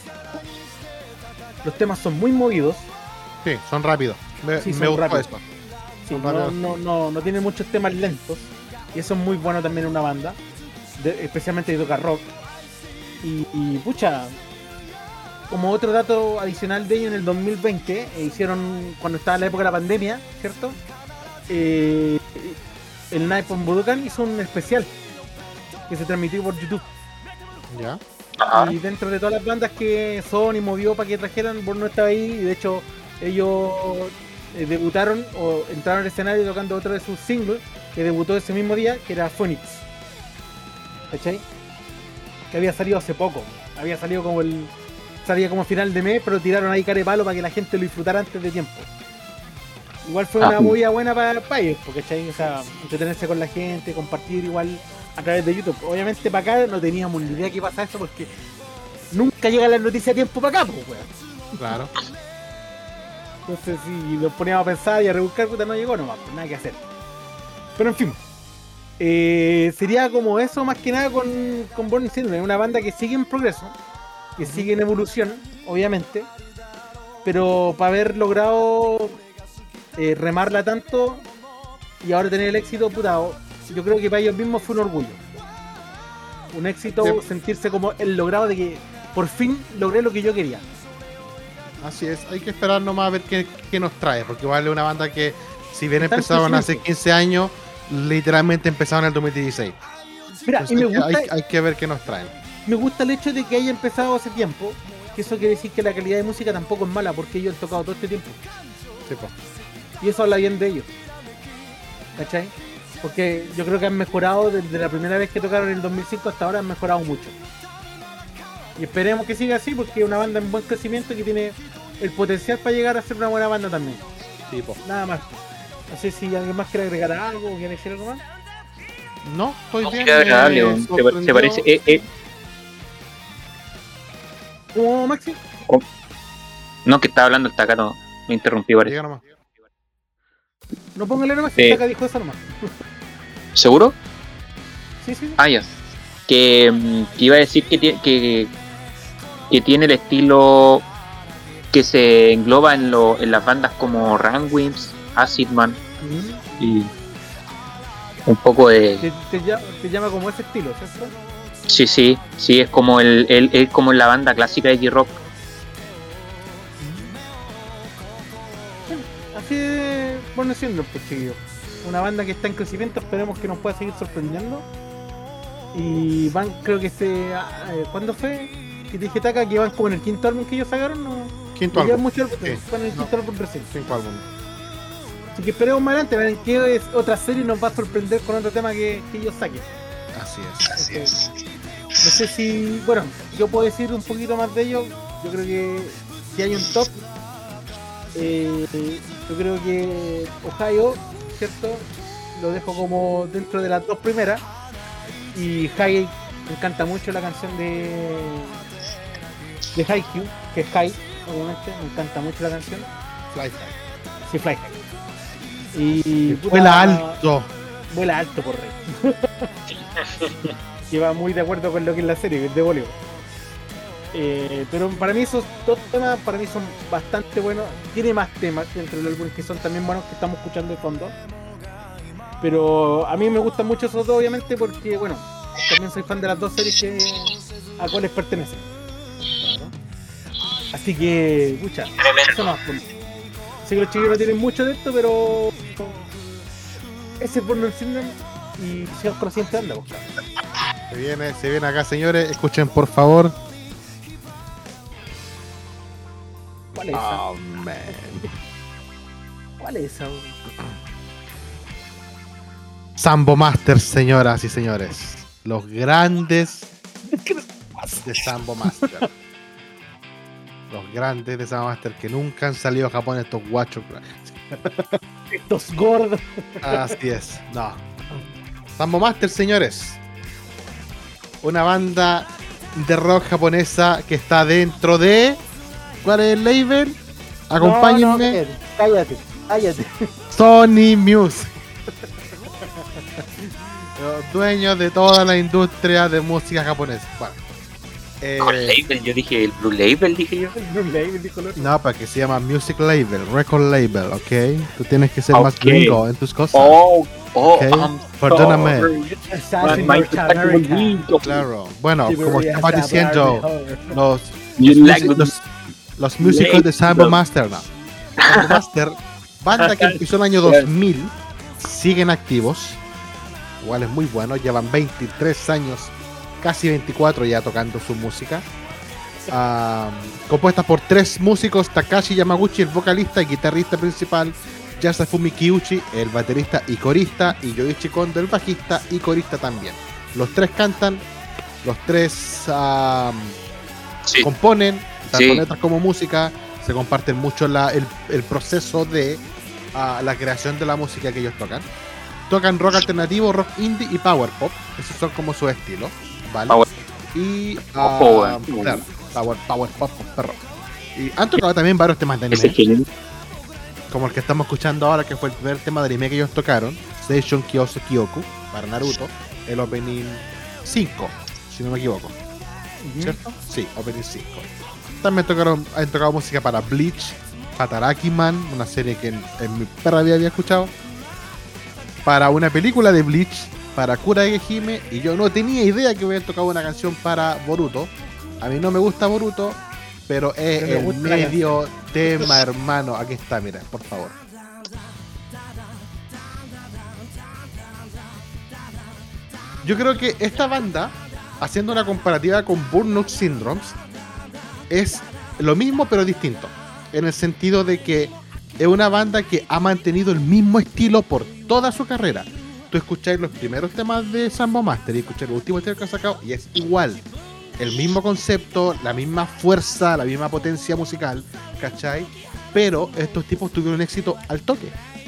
Los temas son muy movidos. Sí, son rápidos. Me, Sí, me son gustó rápidos. eso. Sí, Son no, rápidos. no, no, no tiene muchos temas lentos. Y eso es muy bueno también en una banda. De, especialmente de tocar rock. Y, y pucha, como otro dato adicional de ellos, en el dos mil veinte eh, hicieron, cuando estaba la época de la pandemia, ¿cierto? Eh, el Nippon Budokan hizo un especial que se transmitió por YouTube. Ya. Ajá. Y dentro de todas las bandas que Sony movió para que trajeran, Born no estaba ahí. Y de hecho ellos eh, debutaron o entraron al escenario tocando otro de sus singles que debutó ese mismo día, que era Phoenix. ¿Cachai? Que había salido hace poco. Había salido como el... salía como final de mes, pero tiraron ahí carepalo para que la gente lo disfrutara antes de tiempo. Igual fue una Ah. movida buena para, para ellos, porque ¿cachai? O sea, entretenerse con la gente, compartir igual a través de YouTube. Obviamente para acá no teníamos ni idea que pasa eso, porque nunca llegan las noticias a tiempo para acá, pues, weón. Claro. Entonces si nos poníamos a pensar y a rebuscar, puta, no llegó nomás, pues nada que hacer. Pero en fin. Eh, sería como eso más que nada con, con Born Syndrome, una banda que sigue en progreso, que sigue en evolución, obviamente, pero para haber logrado eh, remarla tanto y ahora tener el éxito, puta, yo creo que para ellos mismos fue un orgullo, un éxito, Sí. sentirse como el logrado de que por fin logré lo que yo quería. Así es, hay que esperar nomás a ver qué, qué nos trae, porque vale una banda que, si bien Está en empezaron hace crecimiento. quince años, literalmente empezaron en el dos mil dieciséis. Mira, Entonces, y me gusta, hay, hay que ver qué nos traen. me gusta el hecho de que haya empezado hace tiempo, que eso quiere decir que la calidad de música tampoco es mala, porque ellos han tocado todo este tiempo. Sí, po. Y eso habla bien de ellos. ¿Cachai? Porque yo creo que han mejorado desde la primera vez que tocaron en el dos mil cinco hasta ahora, han mejorado mucho. Y esperemos que siga así, porque es una banda en buen crecimiento que tiene el potencial para llegar a ser una buena banda también. Sí, po. Nada más. No sé si alguien más quiere agregar algo o quiere decir algo más. No, estoy bien. Música agradable, me weón. se, sorprendió. se parece. Eh, eh, ¿Cómo, Maxi? no, que estaba hablando el Takano. Me interrumpí, parece. Diga nomás. No póngale nomás, Sí. si acá dijo eso nomás. ¿Seguro? Sí, sí. Ah, ya. Que, mm, que iba a decir que, tie- que, que tiene el estilo que se engloba en, lo, en las bandas como Ranwimps, Acid Man Mm. y un poco de... Te, te llama, te llama como ese estilo, ¿cierto? Sí, sí, sí, es como el, el, es como la banda clásica de X-Rock. Así es, bueno, siendo pues chiquillos. Una banda que está en crecimiento, esperemos que nos pueda seguir sorprendiendo. Y van, creo que este. ah, eh, ¿Cuándo fue? Que te dije Taka que van como en el quinto álbum que ellos sacaron, ¿no? Quinto No llevan álbum. mucho álbum, Sí. van en el quinto álbum recién. Cinco álbumes. Así que esperemos más adelante, ver en qué es otra serie nos va a sorprender con otro tema que, que ellos saquen. Así es. Así es. No sé si, bueno, yo puedo decir un poquito más de ellos. Yo creo que si hay un top, eh, yo creo que Ohio, ¿cierto? Lo dejo como dentro de las dos primeras. Y High, me encanta mucho la canción de de Haikyuu, que es High, obviamente, me encanta mucho la canción. Fly High. Sí, Fly High. Y puta, Vuela alto. Vuela alto por rey. Que va muy de acuerdo con lo que es la serie, que es de Bollywood. Eh, pero para mí esos dos temas para mí son bastante buenos. Tiene más temas dentro del álbum que son también buenos que estamos escuchando de fondo. Pero a mí me gustan mucho esos dos, obviamente, porque bueno, también soy fan de las dos series que a cuales pertenecen. Claro. Así que, pucha, eso no. Sé que los chiquillos no tienen mucho de esto, pero ese es Burnout Syndrome y Sean Consciente anda, buscar. Se viene, se viene acá, señores. Escuchen, por favor. ¿Cuál es esa? Oh, man. ¿Cuál es esa? Sambo Master, señoras y señores. Los grandes de Sambo Master. Los grandes de Sambo Master que nunca han salido a Japón, estos guachos. Estos gordos. Así es, no. Sambo Master, señores. Una banda de rock japonesa que está dentro de... ¿Cuál es el label? Acompáñenme. No, no, cállate, cállate. Sony Music. Los dueños de toda la industria de música japonesa. Bueno, eh, Con label, yo dije el Blue Label, dije yo. El Blue Label dijo el otro. no, para que se llama Music Label, Record Label, ¿ok? Tú tienes que ser Ok. más gringo en tus cosas. Oh, oh, Ok, I'm perdóname. sorry. Assassin My- North my- America. Claro. Bueno, Sí, como pero ya estaba está, diciendo, Barbie. los, You los, like music- the- los, los músicos de Sambo Master, no. Sambo Master, banda que empezó en el año dos mil, siguen activos. Igual es muy bueno, llevan veintitrés años, casi veinticuatro ya tocando su música. Ah, compuesta por tres músicos: Takashi Yamaguchi, el vocalista y guitarrista principal, Yasufumi Kiuchi, el baterista y corista, y Yoichi Kondo, el bajista y corista también. Los tres cantan, los tres ah, Sí. componen, tanto Sí. letras como música, se comparten mucho la- el, el proceso de ah, la creación de la música que ellos tocan. Tocan rock alternativo, rock indie y power pop. Esos son como sus estilos, ¿vale? Power- Y Oh, ah, power. claro, power, power pop, perro. Y han tocado también varios temas de Ese anime, genio. como el que estamos escuchando ahora, que fue el primer tema de anime que ellos tocaron, Seishun Kyose Kyoku, para Naruto, el opening cinco, si no me equivoco. ¿Cierto? Sí, Opening cinco. También tocaron, han tocado música para Bleach, Hataraki Man, una serie que en, en mi perra vida había escuchado, para una película de Bleach, para Kurage Hime, y yo no tenía idea que hubieran tocado una canción para Boruto. A mí no me gusta Boruto, pero es Pero me el gusta la medio tema, hermano. Aquí está, mira, por favor. Yo creo que esta banda, haciendo una comparativa con Burnout Syndromes, es lo mismo pero distinto. En el sentido de que es una banda que ha mantenido el mismo estilo por toda su carrera. Tú escucháis los primeros temas de Sambo Master y escucháis los últimos temas que han sacado y es igual. El mismo concepto, la misma fuerza, la misma potencia musical, ¿cachai? Pero estos tipos tuvieron éxito al toque.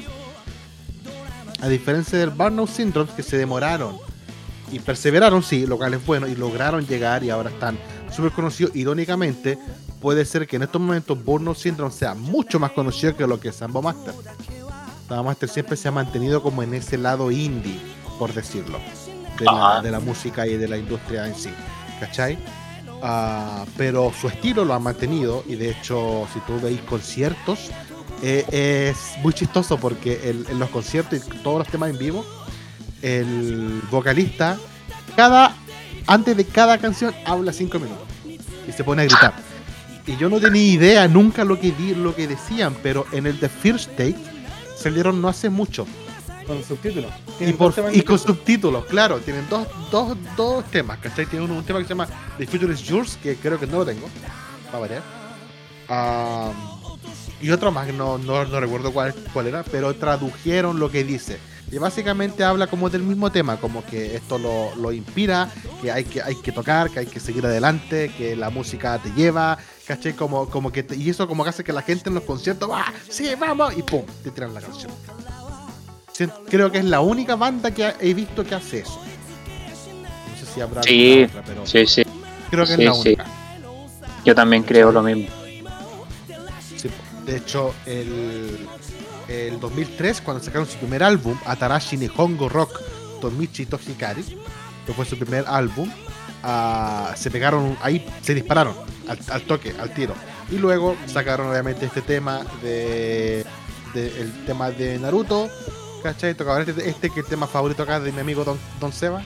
A diferencia del Burnout Syndrome, que se demoraron y perseveraron, sí, lo cual es bueno, y lograron llegar y ahora están súper conocidos. Irónicamente, puede ser que en estos momentos Burnout Syndrome sea mucho más conocido que lo que es Sambo Master. Sambo Master siempre se ha mantenido como en ese lado indie, por decirlo, de la, Ajá. de la música y de la industria en sí, ¿cachai? Ah, pero su estilo lo ha mantenido, y de hecho, si tú veis conciertos, eh, es muy chistoso porque el- en los conciertos y todos los temas en vivo, el vocalista, cada antes de cada canción habla cinco minutos y se pone a gritar. Y yo no tenía idea nunca lo que di, lo que decían, pero en el The First Take salieron no hace mucho. Con subtítulos. Y, Tienen por- dos temas y en con YouTube. subtítulos, claro, tienen dos, dos, dos temas, ¿cachai? Tiene uno, un tema que se llama The Future is Yours, que creo que no lo tengo, para variar. Ah, y otro más, que no, no, no recuerdo cuál, cuál era, pero tradujeron lo que dice. Y básicamente habla como del mismo tema, como que esto lo, lo inspira, que hay, que hay que tocar, que hay que seguir adelante, que la música te lleva, ¿cachai? Como, como que te- y eso como que hace que la gente en los conciertos va, sí, vamos, y pum, te tiran la canción. Sí, creo que es la única banda que ha- he visto que hace eso. No sé si habrá Sí, alguna otra, pero Sí, sí. creo que sí, es la sí. única. Yo también creo lo mismo. Sí, de hecho, el, el dos mil tres, cuando sacaron su primer álbum, Atarashi Nihongo Rock Tomichi Toshikari, que fue su primer álbum, ah, se pegaron, ahí se dispararon al, al toque, al tiro. Y luego sacaron obviamente este tema de, de el tema de Naruto, ¿cachai? Tocaban este, este que es el tema favorito acá de mi amigo Don, Don Seba.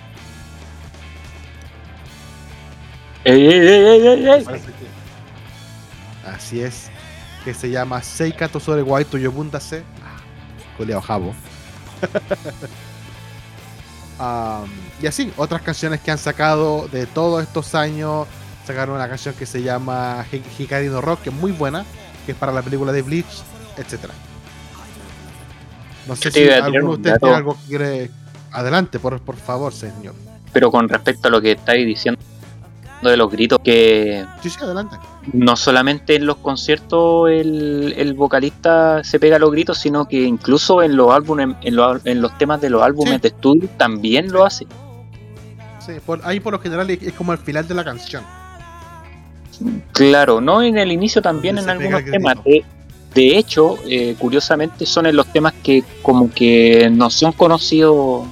¡Ey, ey, ey, ey, ey! Parece que- Así es, que se llama Seika Tosore Wai Toyobunda Se. Coleado Jabo. Um, y así, otras canciones que han sacado de todos estos años. Sacaron una canción que se llama Hi- Hikari no Rock, que es muy buena, que es para la película de Bleach, etcétera. No sé Yo te si iba a tirar alguno de un ustedes dato. tiene algo que quiere. Adelante, por, por favor, señor. Pero con respecto a lo que estáis diciendo de los gritos, que Sí, sí, adelante. no solamente en los conciertos el, el vocalista se pega los gritos, sino que incluso en los álbumes, en los, en los temas de los álbumes Sí. de estudio también lo hace. Sí, por, ahí por lo general es, es como el final de la canción. Claro, no en el inicio también Donde en se pega algunos el temas. De, de hecho, eh, curiosamente son en los temas que como que no son conocidos,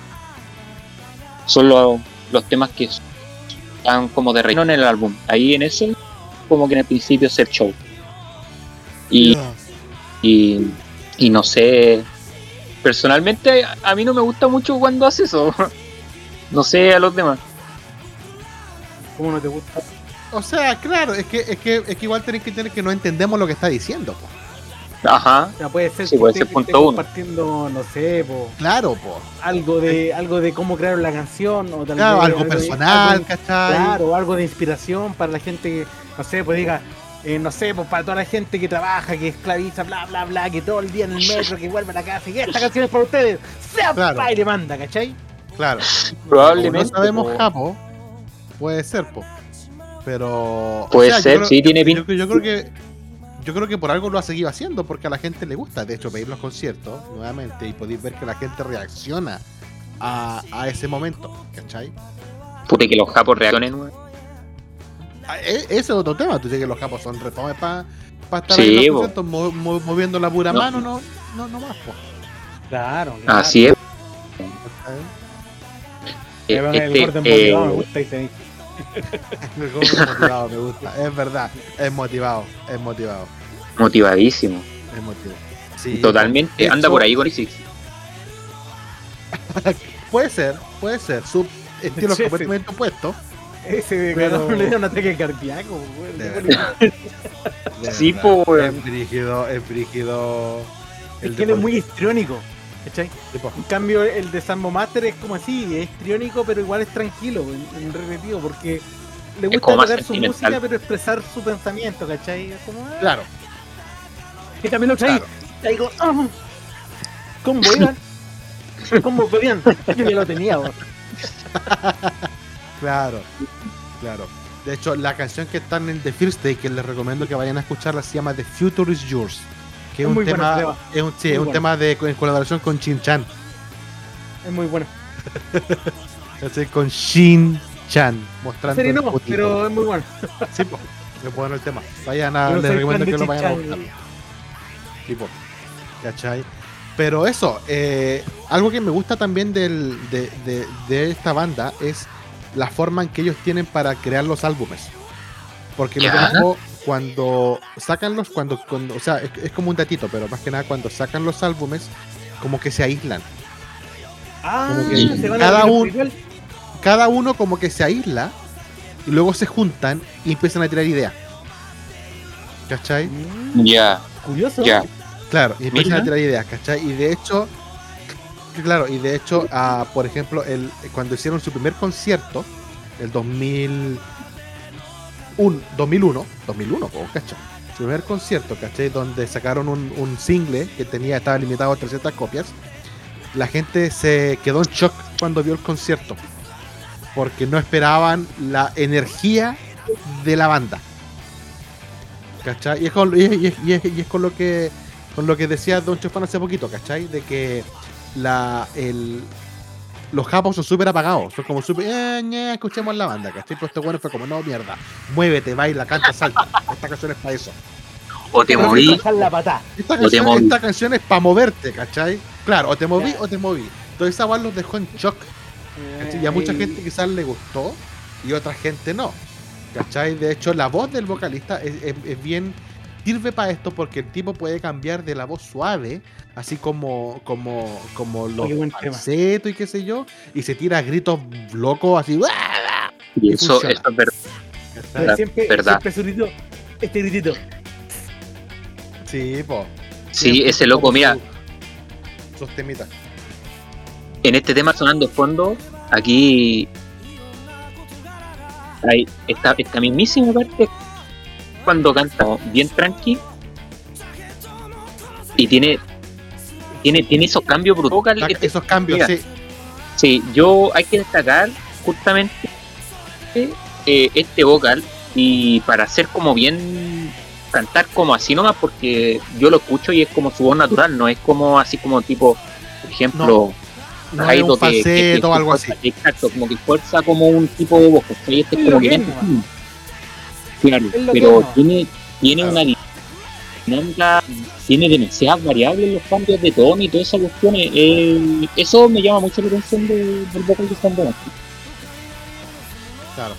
son los, los temas que están como de relleno en el álbum. Ahí en ese, como que en el principio es el show. Y, y, y no sé, personalmente a, a mí no me gusta mucho cuando hace eso. No sé a los demás. ¿Cómo no te gusta? O sea, claro, es que, es que, es que igual tenéis que entender que no entendemos lo que está diciendo, po. Ajá. O sea, puede ser Sí, que puede esté- ser que punto esté uno. compartiendo, no sé, po, Claro, po. algo de algo de cómo crearon la canción o tal Claro, vez algo de- personal, algo- ¿cachai? claro, algo de inspiración para la gente que, no sé, pues diga, eh, no sé, pues para toda la gente que trabaja, que esclaviza, bla, bla, bla, que todo el día en el metro, que vuelve a la casa y que esta canción es para ustedes, sea Claro. pa, y le manda, ¿cachai? Claro. Probablemente. Como no sabemos po. japo, puede ser, po. Pero. Puede yo ser, creo- sí, tiene yo, pinta. yo creo que. Yo creo que por algo lo ha seguido haciendo, porque a la gente le gusta. De hecho, veis los conciertos nuevamente y podéis ver que la gente reacciona a, a ese momento, ¿cachai? Puta, que los japos reaccionen, weón. Ah, e- Ese es otro tema. Tú sabes que los japos son refames para estar Sí, ahí en los po. conciertos mo- mo- moviendo la pura No. mano, no, no, no más, po. Claro, claro. Así es. ¿Cachai? Eh, El este, gordo motivado eh, me gusta y se El gordo es motivado, me gusta. Es verdad, es motivado, es motivado, motivadísimo. es motivado. Sí, Totalmente. de Anda hecho, por ahí con Isix. Puede ser, puede ser. Su estilo Sí, sí. completamente opuesto. ese de Pero- cabrón le da un ataque cardíaco, güey. De Es verdad. De Sí, verdad. po, weón. Es brígido, es brígido. que él es deporte. muy histriónico, ¿cachai? Tipo, En cambio, el de Sambo Master es como así, es histriónico, pero igual es tranquilo, en, en repetido, porque le gusta como más tocar su sentimental. música, pero expresar su pensamiento, ¿cachai? Es como, ah, claro, y también lo traí, claro. ahí con, ah, combo, Iván, combo, bien, yo ya lo tenía, güey. Claro, claro. De hecho, la canción que está en The First Day, que les recomiendo que vayan a escucharla, se llama The Future is Yours. Que es, Es un muy bueno tema, ese tema. es un, sí, Muy es un bueno. tema de, en colaboración con Shin-Chan. Es muy bueno. ¿Cachai? Con Shin-Chan. En Mostrando serio el no, putito. pero es muy bueno. Sí, po, es bueno el tema. Vayan a, Yo no les soy recomiendo fan de que lo vayan a Shin-Chan. buscar. Tipo, ¿cachai? Pero eso, eh, algo que me gusta también del, de, de, de esta banda es la forma en que ellos tienen para crear los álbumes. Porque por Ya. ejemplo, cuando sacan los, cuando, cuando o sea, es, es como un datito, pero más que nada cuando sacan los álbumes, como que se aíslan. Ah, Como que se van cada a un- espiritual. Cada uno como que se aísla y luego se juntan y empiezan a tirar ideas. ¿Cachai? Mm, Ya, curioso. ya. Claro, y empiezan Mira. a tirar ideas, ¿cachai? Y de hecho, claro, y de hecho, ah, por ejemplo, el, cuando hicieron su primer concierto, el dos mil uno, dos mil uno, dos mil uno, po, ¿cachai? Su primer concierto, ¿cachai? Donde sacaron un, un single que tenía, estaba limitado a trescientas copias. La gente se quedó en shock cuando vio el concierto, porque no esperaban la energía de la banda. ¿Cachai? Y es con, y es- y es- y es- y es con lo que con lo que decía Don Chofán hace poquito, ¿cachai? De que la el los japos son súper apagados, son como súper, eh, ñe, escuchemos la banda, ¿cachai? Pero este bueno fue como, no, mierda, muévete, baila, canta, salta. Esta canción es para eso. O te Pero moví. bajar la patá. Esta O te canción, moví. esta canción es para moverte, ¿cachai? Claro, o te moví Ya. o te moví. Entonces esa weá los dejó en shock. ¿cachai? Y a mucha Eh, gente quizás le gustó, y otra gente no. ¿Cachai? De hecho, la voz del vocalista es, es, es bien... Sirve para esto porque el tipo puede cambiar de la voz suave, así como como como los Oye, buen tema. falsetos y qué sé yo, y se tira gritos locos así. Y Y eso, funciona. eso es verdad. Pero Verdad, siempre, verdad. siempre su grito, este gritito. Sí, po. Sí, Siempre ese como loco, mira, su- sus temitas. en este tema sonando de fondo, aquí hay esta, esta mismísima parte cuando canta bien tranqui y tiene tiene, tiene esos cambios brutales. La- Este- esos cambios, mira, sí. Sí, yo hay que destacar justamente eh, este vocal y para hacer como bien cantar como así nomás porque yo lo escucho y es como su voz natural, no es como así como tipo, por ejemplo, No es Jairo un falseto o algo así. fuerza- exacto, como que fuerza como un tipo de voz, ¿cachai? Este es Es como lo que que canta es, así. Claro, Es lo que pero es, ¿no? tiene, tiene Claro. una dinámica, tiene demasiadas variables los cambios de tono y todas esas cuestiones. Eh, eso me llama mucho la atención de- del vocal de Sambo Master. Claro.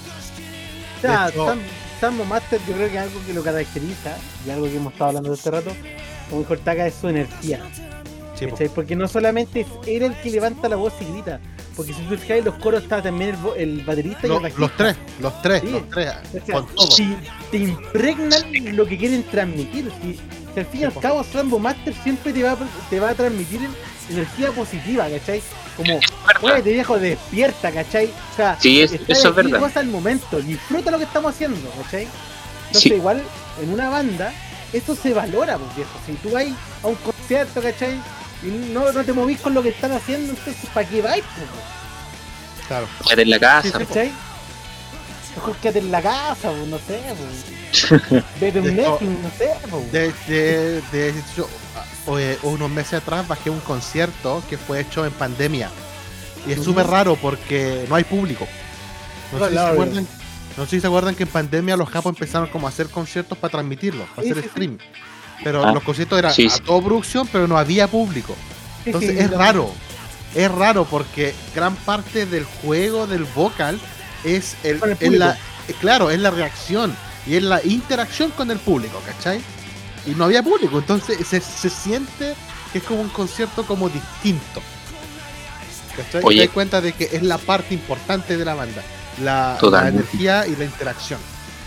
O sea, De hecho- Sam- Sambo Master yo creo que es algo que lo caracteriza, y algo que hemos estado hablando de este rato, como dijo Ortega, es su energía. Sí, po. ¿Cachai? Porque no solamente es él el que levanta la voz y grita, porque si tú te fijas en los coros está también el, vo- el baterista y el Los, bajista. los tres, los tres, Sí. los tres, O sea, con todo. si te impregnan lo que quieren transmitir. Si, si al fin y al Sí, po. cabo Sambo Master siempre te va, a- te va a transmitir energía positiva, ¿cachai? Como, muévete viejo, despierta, ¿cachai? O sea, Sí, es- está eso es aquí, verdad. goza el momento, disfruta lo que estamos haciendo, ¿cachai? Entonces Sí. igual en una banda eso se valora, pues viejo. Si tú vas a un concierto, ¿cachai? Y no, no te movís con lo que están haciendo, entonces ¿para qué vais, pues? Claro. Quédate en la casa. Sí, sí. ¿Cachai? Mejor quédate en la casa, pues, no sé, pues. Vete a un De hecho- Netflix, no sé, pues. De, de, de hecho, a- eh, unos meses atrás bajé un concierto que fue hecho en pandemia. Y es Ujú. súper raro porque no hay público. No sé, si se Claro. acuerdan, no sé si se acuerdan que en pandemia los japos empezaron como a hacer conciertos para transmitirlos, para Sí, hacer sí, sí. stream. Pero Ah, los conciertos eran sí, a sí. toda producción, pero no había público. Sí, Entonces sí, es lo- raro. Es raro porque gran parte del juego del vocal es el, Con el es público. la, eh, claro, es la reacción y es la interacción con el público, ¿cachai? Y no había público, entonces se, se siente que es como un concierto como distinto. ¿Cachai? Oye. Y te das cuenta de que es la parte importante de la banda, la, la Totalmente. energía y la interacción.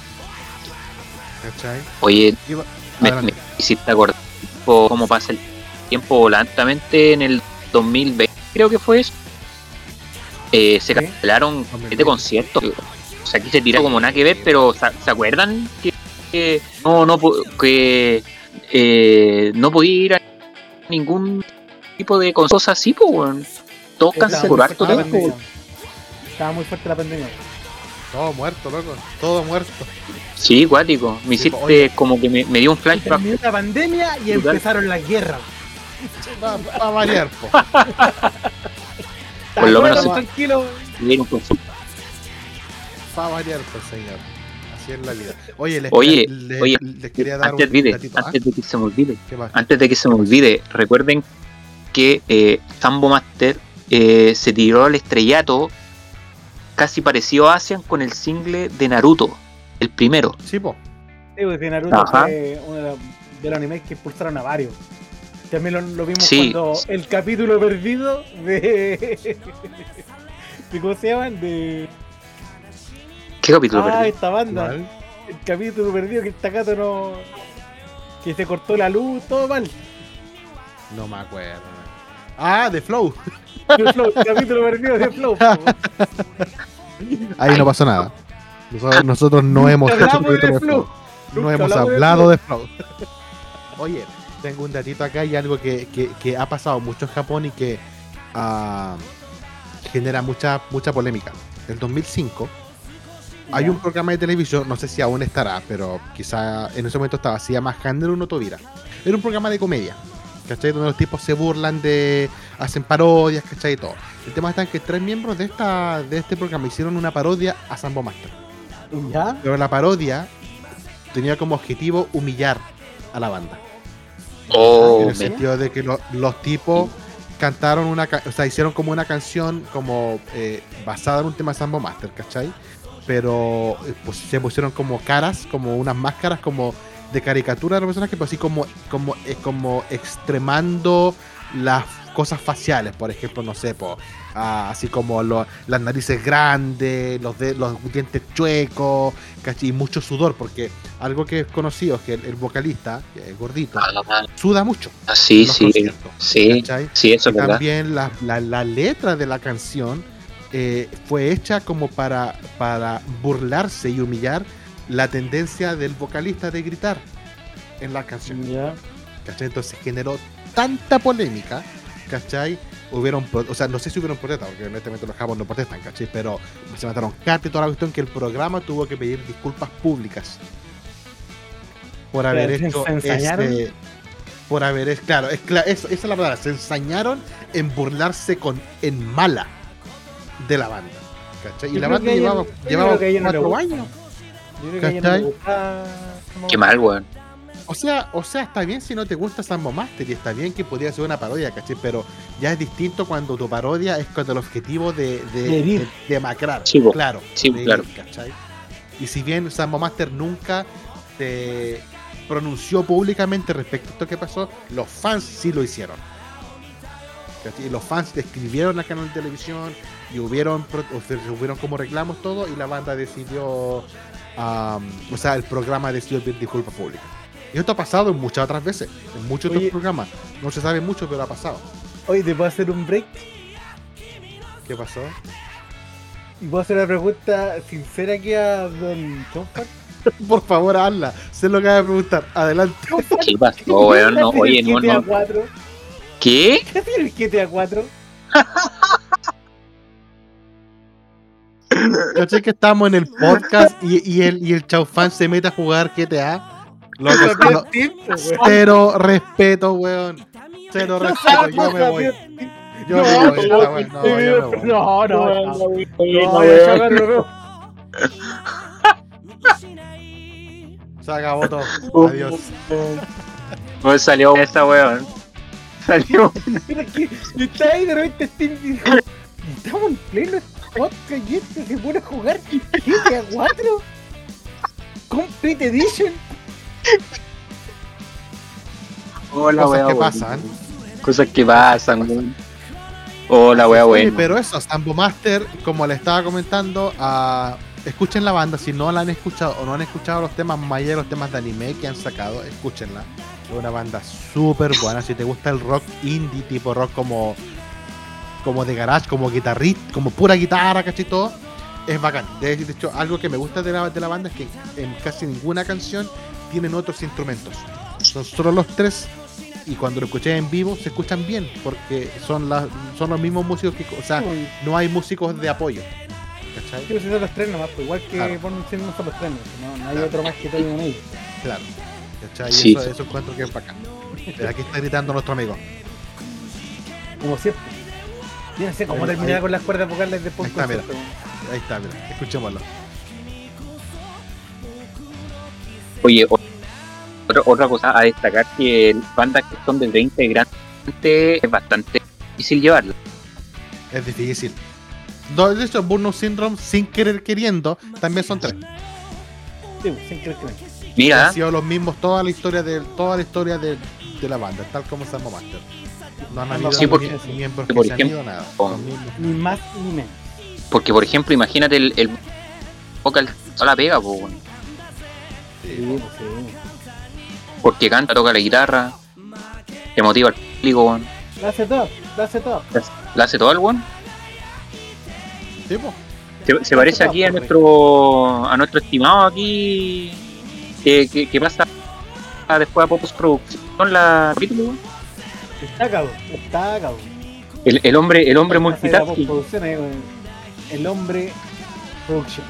¿Cachai? Oye, Y va- me, adelante. me hiciste acordar po- cómo pasa el tiempo volantemente en el dos mil veinte, creo que fue eso. Eh, se Sí. cancelaron dos mil este veinte. concierto. O sea, aquí se tiró como nada que ver, pero ¿se, se acuerdan que, que no, no, po- que eh, no podía ir a ningún tipo de cosas así, pues, weón? Todos Estaba cancelaron muy por harto fuerte la tiempo. pandemia. Estaba muy fuerte la pandemia. Todo muerto, loco. Todo muerto. Sí, cuático. Me Sí, hiciste oye. como que me, me dio un Y flashback. terminó la pandemia y Brutal. empezaron las guerras. Va, va a variar, po. Por lo menos Bueno, sí. tranquilo. Me dieron consulta. Va a variar, pues, señor. Así es la vida. Oye, les, Oye, les- oye, les quería dar Antes, un olvide, datito. ¿Ah? antes de que se me olvide, ¿Qué más? antes de que se me olvide, recuerden que eh, Sambo Master eh, se tiró al estrellato casi parecido a Asian con el single de Naruto, el primero. Sí, po. Sí, porque Naruto Ajá. fue uno de los, de los animes que impulsaron a varios. También lo, lo vimos Sí. cuando el capítulo perdido de, de ¿cómo se llaman? De ¿Qué capítulo ah, perdí? esta banda. Igual. El capítulo perdido que el Takato no, que se cortó la luz, todo mal. No me acuerdo. Ah, de Flow. El, Flow, el capítulo perdido de Flow. po. Ahí no pasó nada. Nosotros, nosotros no Nunca hemos hecho un hablamos de capítulo de Flow. Flow. No Nunca hemos hablamos de hablado Flow. de Flow. Oye, tengo un datito acá y algo que, que, que ha pasado mucho en Japón y que ah, genera mucha, mucha polémica. En el dos mil cinco hay Ya. un programa de televisión, no sé si aún estará, pero quizá en ese momento estaba, se llama Handeru no Tobira. Era un programa de comedia, ¿cachai? Donde los tipos se burlan de, hacen parodias, ¿cachai? Y todo. El tema está en que tres miembros de esta de este programa hicieron una parodia a Sambo Master. ¿Ya? Pero la parodia tenía como objetivo humillar a la banda. Oh, en el me- sentido de que lo- los tipos cantaron una, ca- o sea, hicieron como una canción como eh, basada en un tema de Sambo Master, ¿cachai? Pero eh, pues, se pusieron como caras, como unas máscaras como de caricatura de los personajes, pero así como, como, eh, como extremando las cosas faciales, por ejemplo, no sé, po, ah, así como lo- las narices grandes, los, de, los dientes chuecos, ¿cachai? Y mucho sudor, porque algo que es conocido es que el, el vocalista, el gordito, Ah, suda mucho. ah, sí, en los sí, conciertos, sí, ¿cachai? sí, eso Y es verdad. también la, la, la letra de la canción eh, fue hecha como para, para burlarse y humillar la tendencia del vocalista de gritar en la canción, Ya. ¿cachai? Entonces generó tanta polémica, ¿cachai? Hubieron, pro- o sea, no sé si hubieron protestas, porque honestamente los japos no protestan, ¿cachai? Pero se mataron cartas y toda la cuestión que el programa tuvo que pedir disculpas públicas por haber ¿Se hecho ensañaron? ese... Por haber, es claro, es cla- es- esa es la palabra, se ensañaron en burlarse con en mala de la banda, ¿cachai? Y Yo la creo banda que a ella- llevaba, yo llevaba creo que a ella no le cuatro gusta. años. Yo creo que a ella no ¿Cachai? le gusta. Qué mal, weón. O sea, o sea, está bien si no te gusta Sambo Master y está bien que podría ser una parodia, ¿cachai? Pero ya es distinto cuando tu parodia es con el objetivo de, de, De herir. de demacrar. Sí, po. Claro, Sí, de claro. herir, ¿cachai? Y si bien Sambo Master nunca se pronunció públicamente respecto a esto que pasó, los fans sí lo hicieron. ¿Cachai? Y los fans escribieron al canal de televisión y hubieron, pro- o sea, hubieron como reclamos todo y la banda decidió, am, o sea, el programa decidió pedir disculpas públicas. Y esto ha pasado en muchas otras veces, en muchos Oye. otros programas. No se sabe mucho, pero ha pasado. Oye, ¿te puedo hacer un break? ¿Qué pasó? ¿Y puedo hacer una pregunta sincera aquí a Don Chompa? Por favor, hazla. Sé lo que vas a preguntar. Adelante. ¿Qué pasó, weón? No, oye, no, ¿Qué G T A no. cuatro? ¿Qué? ¿Qué hace el G T A cuatro? ¿Cachai que estamos en el podcast y, y el, y el Chaufán se mete a jugar G T A? Loco, cero, cero respeto, weón. Cero respeto. Yo me voy. Yo me voy. esta weón, No, yo me voy. No, no, no. No, No, ya chaval, no, no. Se acabó todo. Adiós. Pues salió esta, weón. Salió. Pero es que yo estaba ahí de repente Steam y dijo, estamos en pleno podcast y este se pone a jugar G T A cuatro Complete Edition. Hola, Cosas weón. que pasan. Cosas que pasan, weón. Hola, weón, Oye, weón. pero eso, Sambo Master, como le estaba comentando, ah, escuchen la banda. Si no la han escuchado o no han escuchado los temas más allá de los temas de anime que han sacado, escúchenla. Es una banda súper buena. Si te gusta el rock indie, tipo rock como como de garage, como guitarrista, como pura guitarra, ¿cachai? Todo, es bacán. De, de hecho, algo que me gusta de la, de la banda es que en casi ninguna canción tienen otros instrumentos. Son solo los tres. Y cuando lo escuché en vivo se escuchan bien, porque son las son los mismos músicos que, o sea, no hay músicos de apoyo. ¿Cachai? Quiero ser los tres nomás, pues igual que Claro. ponen siendo son los tres, no, no hay Claro. otro más que toquen con ellos. Claro. ¿Cachai? Sí. Y eso, eso encuentro que es bacán. Pero aquí está gritando nuestro amigo. Como siempre. Yo no sé cómo Ahí- terminar ahí- con las cuerdas vocales después Ahí está, del mira. concierto. Ahí está, mira. Escuchémoslo. Oye, o- otra, otra cosa a destacar, que bandas que son de veinte integrantes es bastante difícil llevarla. Es difícil. No, de hecho, Burnout Syndrome, sin querer queriendo, también son tres. Sí, pues, sin creer que no. Mira, Han sido los mismos toda la historia de toda la historia de, de la banda, tal como Sambo Master. No han habido Sí, porque- mie- miembros sí, que por se han ejemplo, ido, nada. con- Los mismos. Ni más ni menos. porque por ejemplo, imagínate el, el vocal toda la pega, po, weón. Sí, Sí, pues, sí. Porque canta, toca la guitarra, te motiva el público, weón. La hace todo, la hace todo. La hace todo el weón. sí, po. Se, se parece aquí a nuestro a nuestro estimado aquí que, que, que pasa después a postproducción la capítulo, weón. Está cabrón, está cabrón. el, el hombre el hombre Hace la multitasking. postproducción ahí con el hombre production.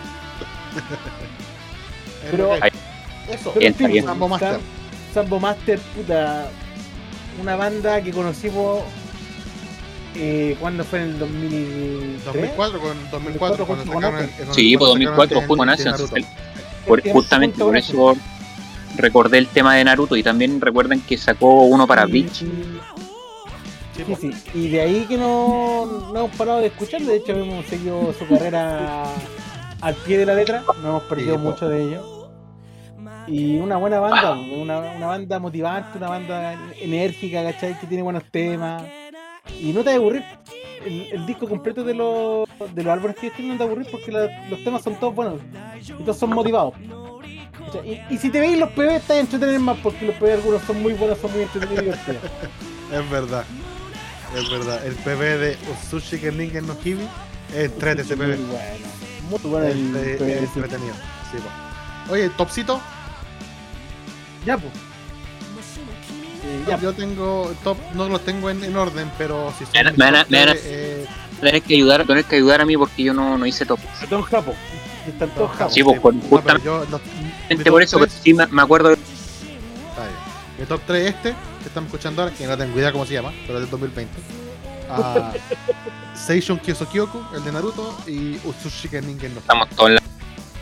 Es Pero- lo que hay. Ay, Eso, Pero en Está fin, bien. Sambo Master. Sam- Sambo Master, puta, una banda que conocimos eh, cuando fue en el dos mil tres. dos mil cuatro con dos mil cuatro cuando junto con sacaron el, Naruto. el- Sí, pues cuando dos mil cuatro sacaron junto con el- Asian. el Naruto. Por- Efectivamente, justamente junto por con eso recordé el tema de Naruto y también recuerden que sacó uno para Bleach. Y- Sí, sí. Y de ahí que no, no hemos parado de escuchar. De hecho, hemos seguido su carrera al pie de la letra. No hemos perdido Sí, po. mucho de ello. Y una buena banda, una, una banda motivante, una banda enérgica, ¿cachai? Que tiene buenos temas. Y no te va a aburrir. El, el disco completo de los, de los álbumes que ellos tienen no te va a aburrir porque la- los temas son todos buenos. Y todos son motivados. ¿Cachai? Y, y si te veis los P B, estás a entretener más porque los P B algunos son muy buenos, son muy entretenidos y divertidos. Es verdad. Es verdad. El P B de Utsushi Ningen no Hibi es entrete ese P B. Muy bueno. Muy bueno el Es, es- P B, es sí. entretenido. Sí, po. Oye, topcito. Ya, pues. Eh, ya, Yo tengo top, no los tengo en, en orden, pero si son Me van a- mis me van a- top me van a- tres, eh, Tenés que ayudar, tenés que ayudar a mí porque yo no, no hice top. Don Japo. Están todos japos. Sí, pues, por- no, pero justamente yo, los- mi por top eso, pero tres- sí me, me acuerdo de... Está bien. Mi top tres este, que estamos escuchando ahora, que no tengo idea cómo se llama, pero es del dos mil veinte. Ah, Seishun Kyosokyoku, el de Naruto, y Utsushi Ningen no. Estamos todos en la...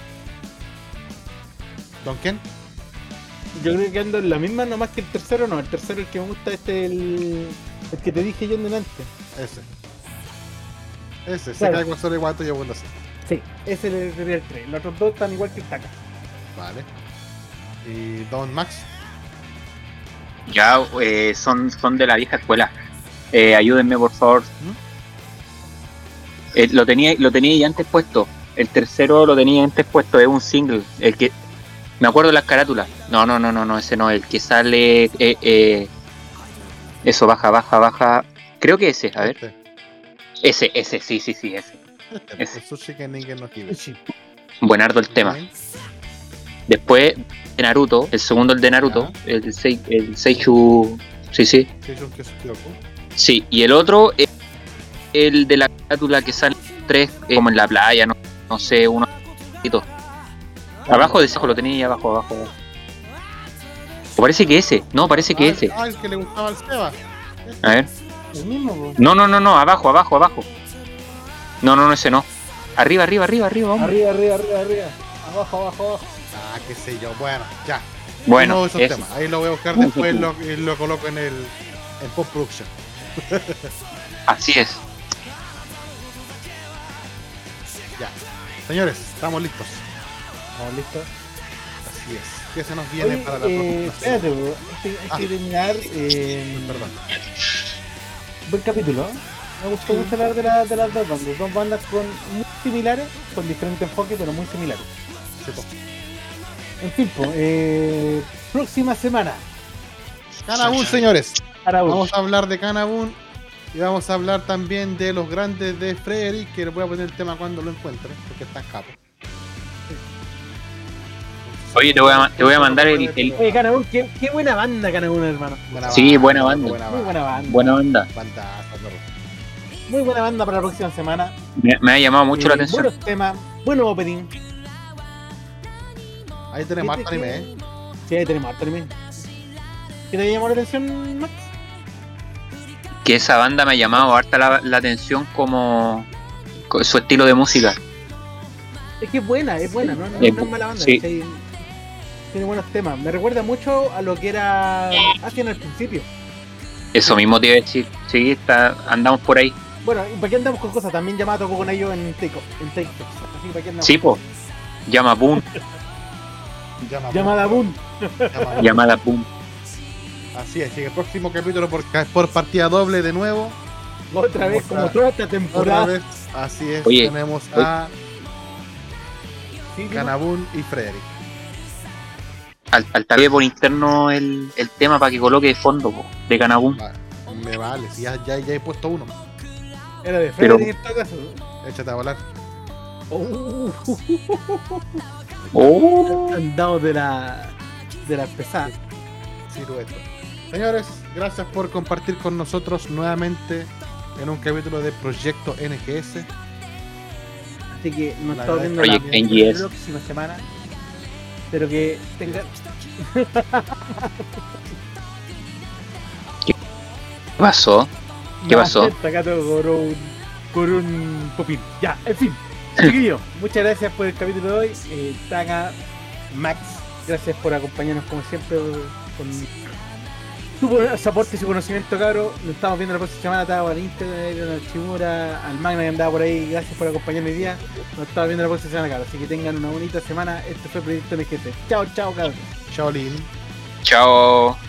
Don Ken, Yo creo que ando en la misma, nomás que el tercero no. El tercero, el que me gusta, este el, el que te dije yo en delante. ese. Ese, se Claro. cae con solo igual yo bueno así. Sí, ese sería el tres. Los otros dos están igual que el Taka. Vale. Y Don Max, Ya eh, son, son de la vieja escuela. Eh, ayúdenme, por favor. Eh, lo tenía lo tenía ya antes puesto. El tercero lo tenía antes puesto. Es un single. El que... Me acuerdo de las carátulas. No, no, no, no, no, ese no. El que sale... Eh, eh, eso, baja, baja, baja. Creo que ese, a ver. este, Ese, ese, sí, sí, sí, ese. este, Ese. Utsushi Ningen no Hibi. Sí. Buenardo el tema. Bien. Después de Naruto, el segundo el de Naruto, el, Sei, el Seichu, sí, sí, Seishun Kyosokyoku. sí, y el otro es el de la carátula que sale tres eh, como en la playa, no, no sé, uno poquito. Abajo de ese lo tenía ahí abajo, abajo. abajo. O parece que ese, no, parece que Ah, ese. Ah, el que le gustaba al Seba. A ver, El mismo, po. no, no, no, no, abajo, abajo, abajo. No, no, no, ese no. Arriba, arriba, arriba, arriba, vamos. Arriba, arriba, arriba, arriba. Abajo, abajo, abajo. Ah, qué sé yo. Bueno, ya. Bueno, Uno de esos ese. temas. Ahí lo voy a buscar Uno después de lo, y lo coloco en el en post production. Así es. Ya. Señores, estamos listos. Vamos, listo. Así es. ¿Qué se nos viene Oye, para la eh, próxima espérate, po. Hay que- hay que terminar. Eh, Perdón. buen capítulo, ¿eh? Me gustó mucho hablar de, la- de las dos bandas. Dos bandas con muy similares, con diferentes enfoques, pero muy similares. Sí, po. En fin, po, eh, próxima semana. Kanabun, señores. Araújo. Vamos a hablar de Kanabun y vamos a hablar también de los grandes de Frederick, que les voy a poner el tema cuando lo encuentre, porque está en capo. Oye, te voy a, ma- te voy a mandar el, el- Oye, Canabún, qué, qué buena banda, Canabún, hermano. Buena Sí, buena banda. Buena Muy buena banda. buena banda. Bandaza, perro. Muy buena banda para la próxima semana. Me, me ha llamado mucho Eh, la atención. Buenos temas, bueno opening. Ahí tenemos ¿Viste harto anime, que- ¿eh? Sí, ahí tenemos harto anime. ¿Qué te llamó la atención, Max? Que esa banda me ha llamado harta la, la atención como, co- su estilo de música. Es que es buena, es buena, no, no, Eh, no es mala banda. sí. ¿cachai? Tiene buenos temas. Me recuerda mucho a lo que era Asian al principio. Eso mismo te iba a decir. Sí, está, andamos por ahí. Bueno, ¿y para qué andamos con cosas? También Yamaha tocó con ellos en Take en Take Así que ¿para qué andamos? Sí, po. Llama Boom, Llama, Llamada Boom. llama. llamada Boom. Así es, y el próximo capítulo por, ca- por partida doble de nuevo. Otra vez, Otra- como toda esta Otra temporada. vez, así es, Oye, tenemos oye. a Sí, sí, Kanabun y Frederick. Al, al taller por interno el, el tema para que coloque de fondo po, de Canabún. Va, me vale, si ya, ya, ya he puesto uno. Era de Pero- Freddy en todo caso. Échate a volar. Uh, Oh. andado de la de las pesadas. Sirueto. Señores, gracias por compartir con nosotros nuevamente en un capítulo de Proyecto N G S. Así que nos La estamos viendo verdad es la que Proyecto N G S. próxima semana. Espero que tenga. ¿Qué pasó? ¿Qué pasó? Sacado por un, por un popín. Ya, en fin. Chiquillos, muchas gracias por el capítulo de hoy. Eh, Taga, Max, gracias por acompañarnos como siempre con su aporte y su conocimiento, cabros. Nos estamos viendo la próxima semana. Estaba al Internet, al Chimura, al Magna que andaba por ahí. Gracias por acompañarme hoy día. Nos estamos viendo la próxima semana, cabros. Así que tengan una bonita semana. Este fue Proyecto N G T. Chao, chao, cabros. Chao, Lin. Chao.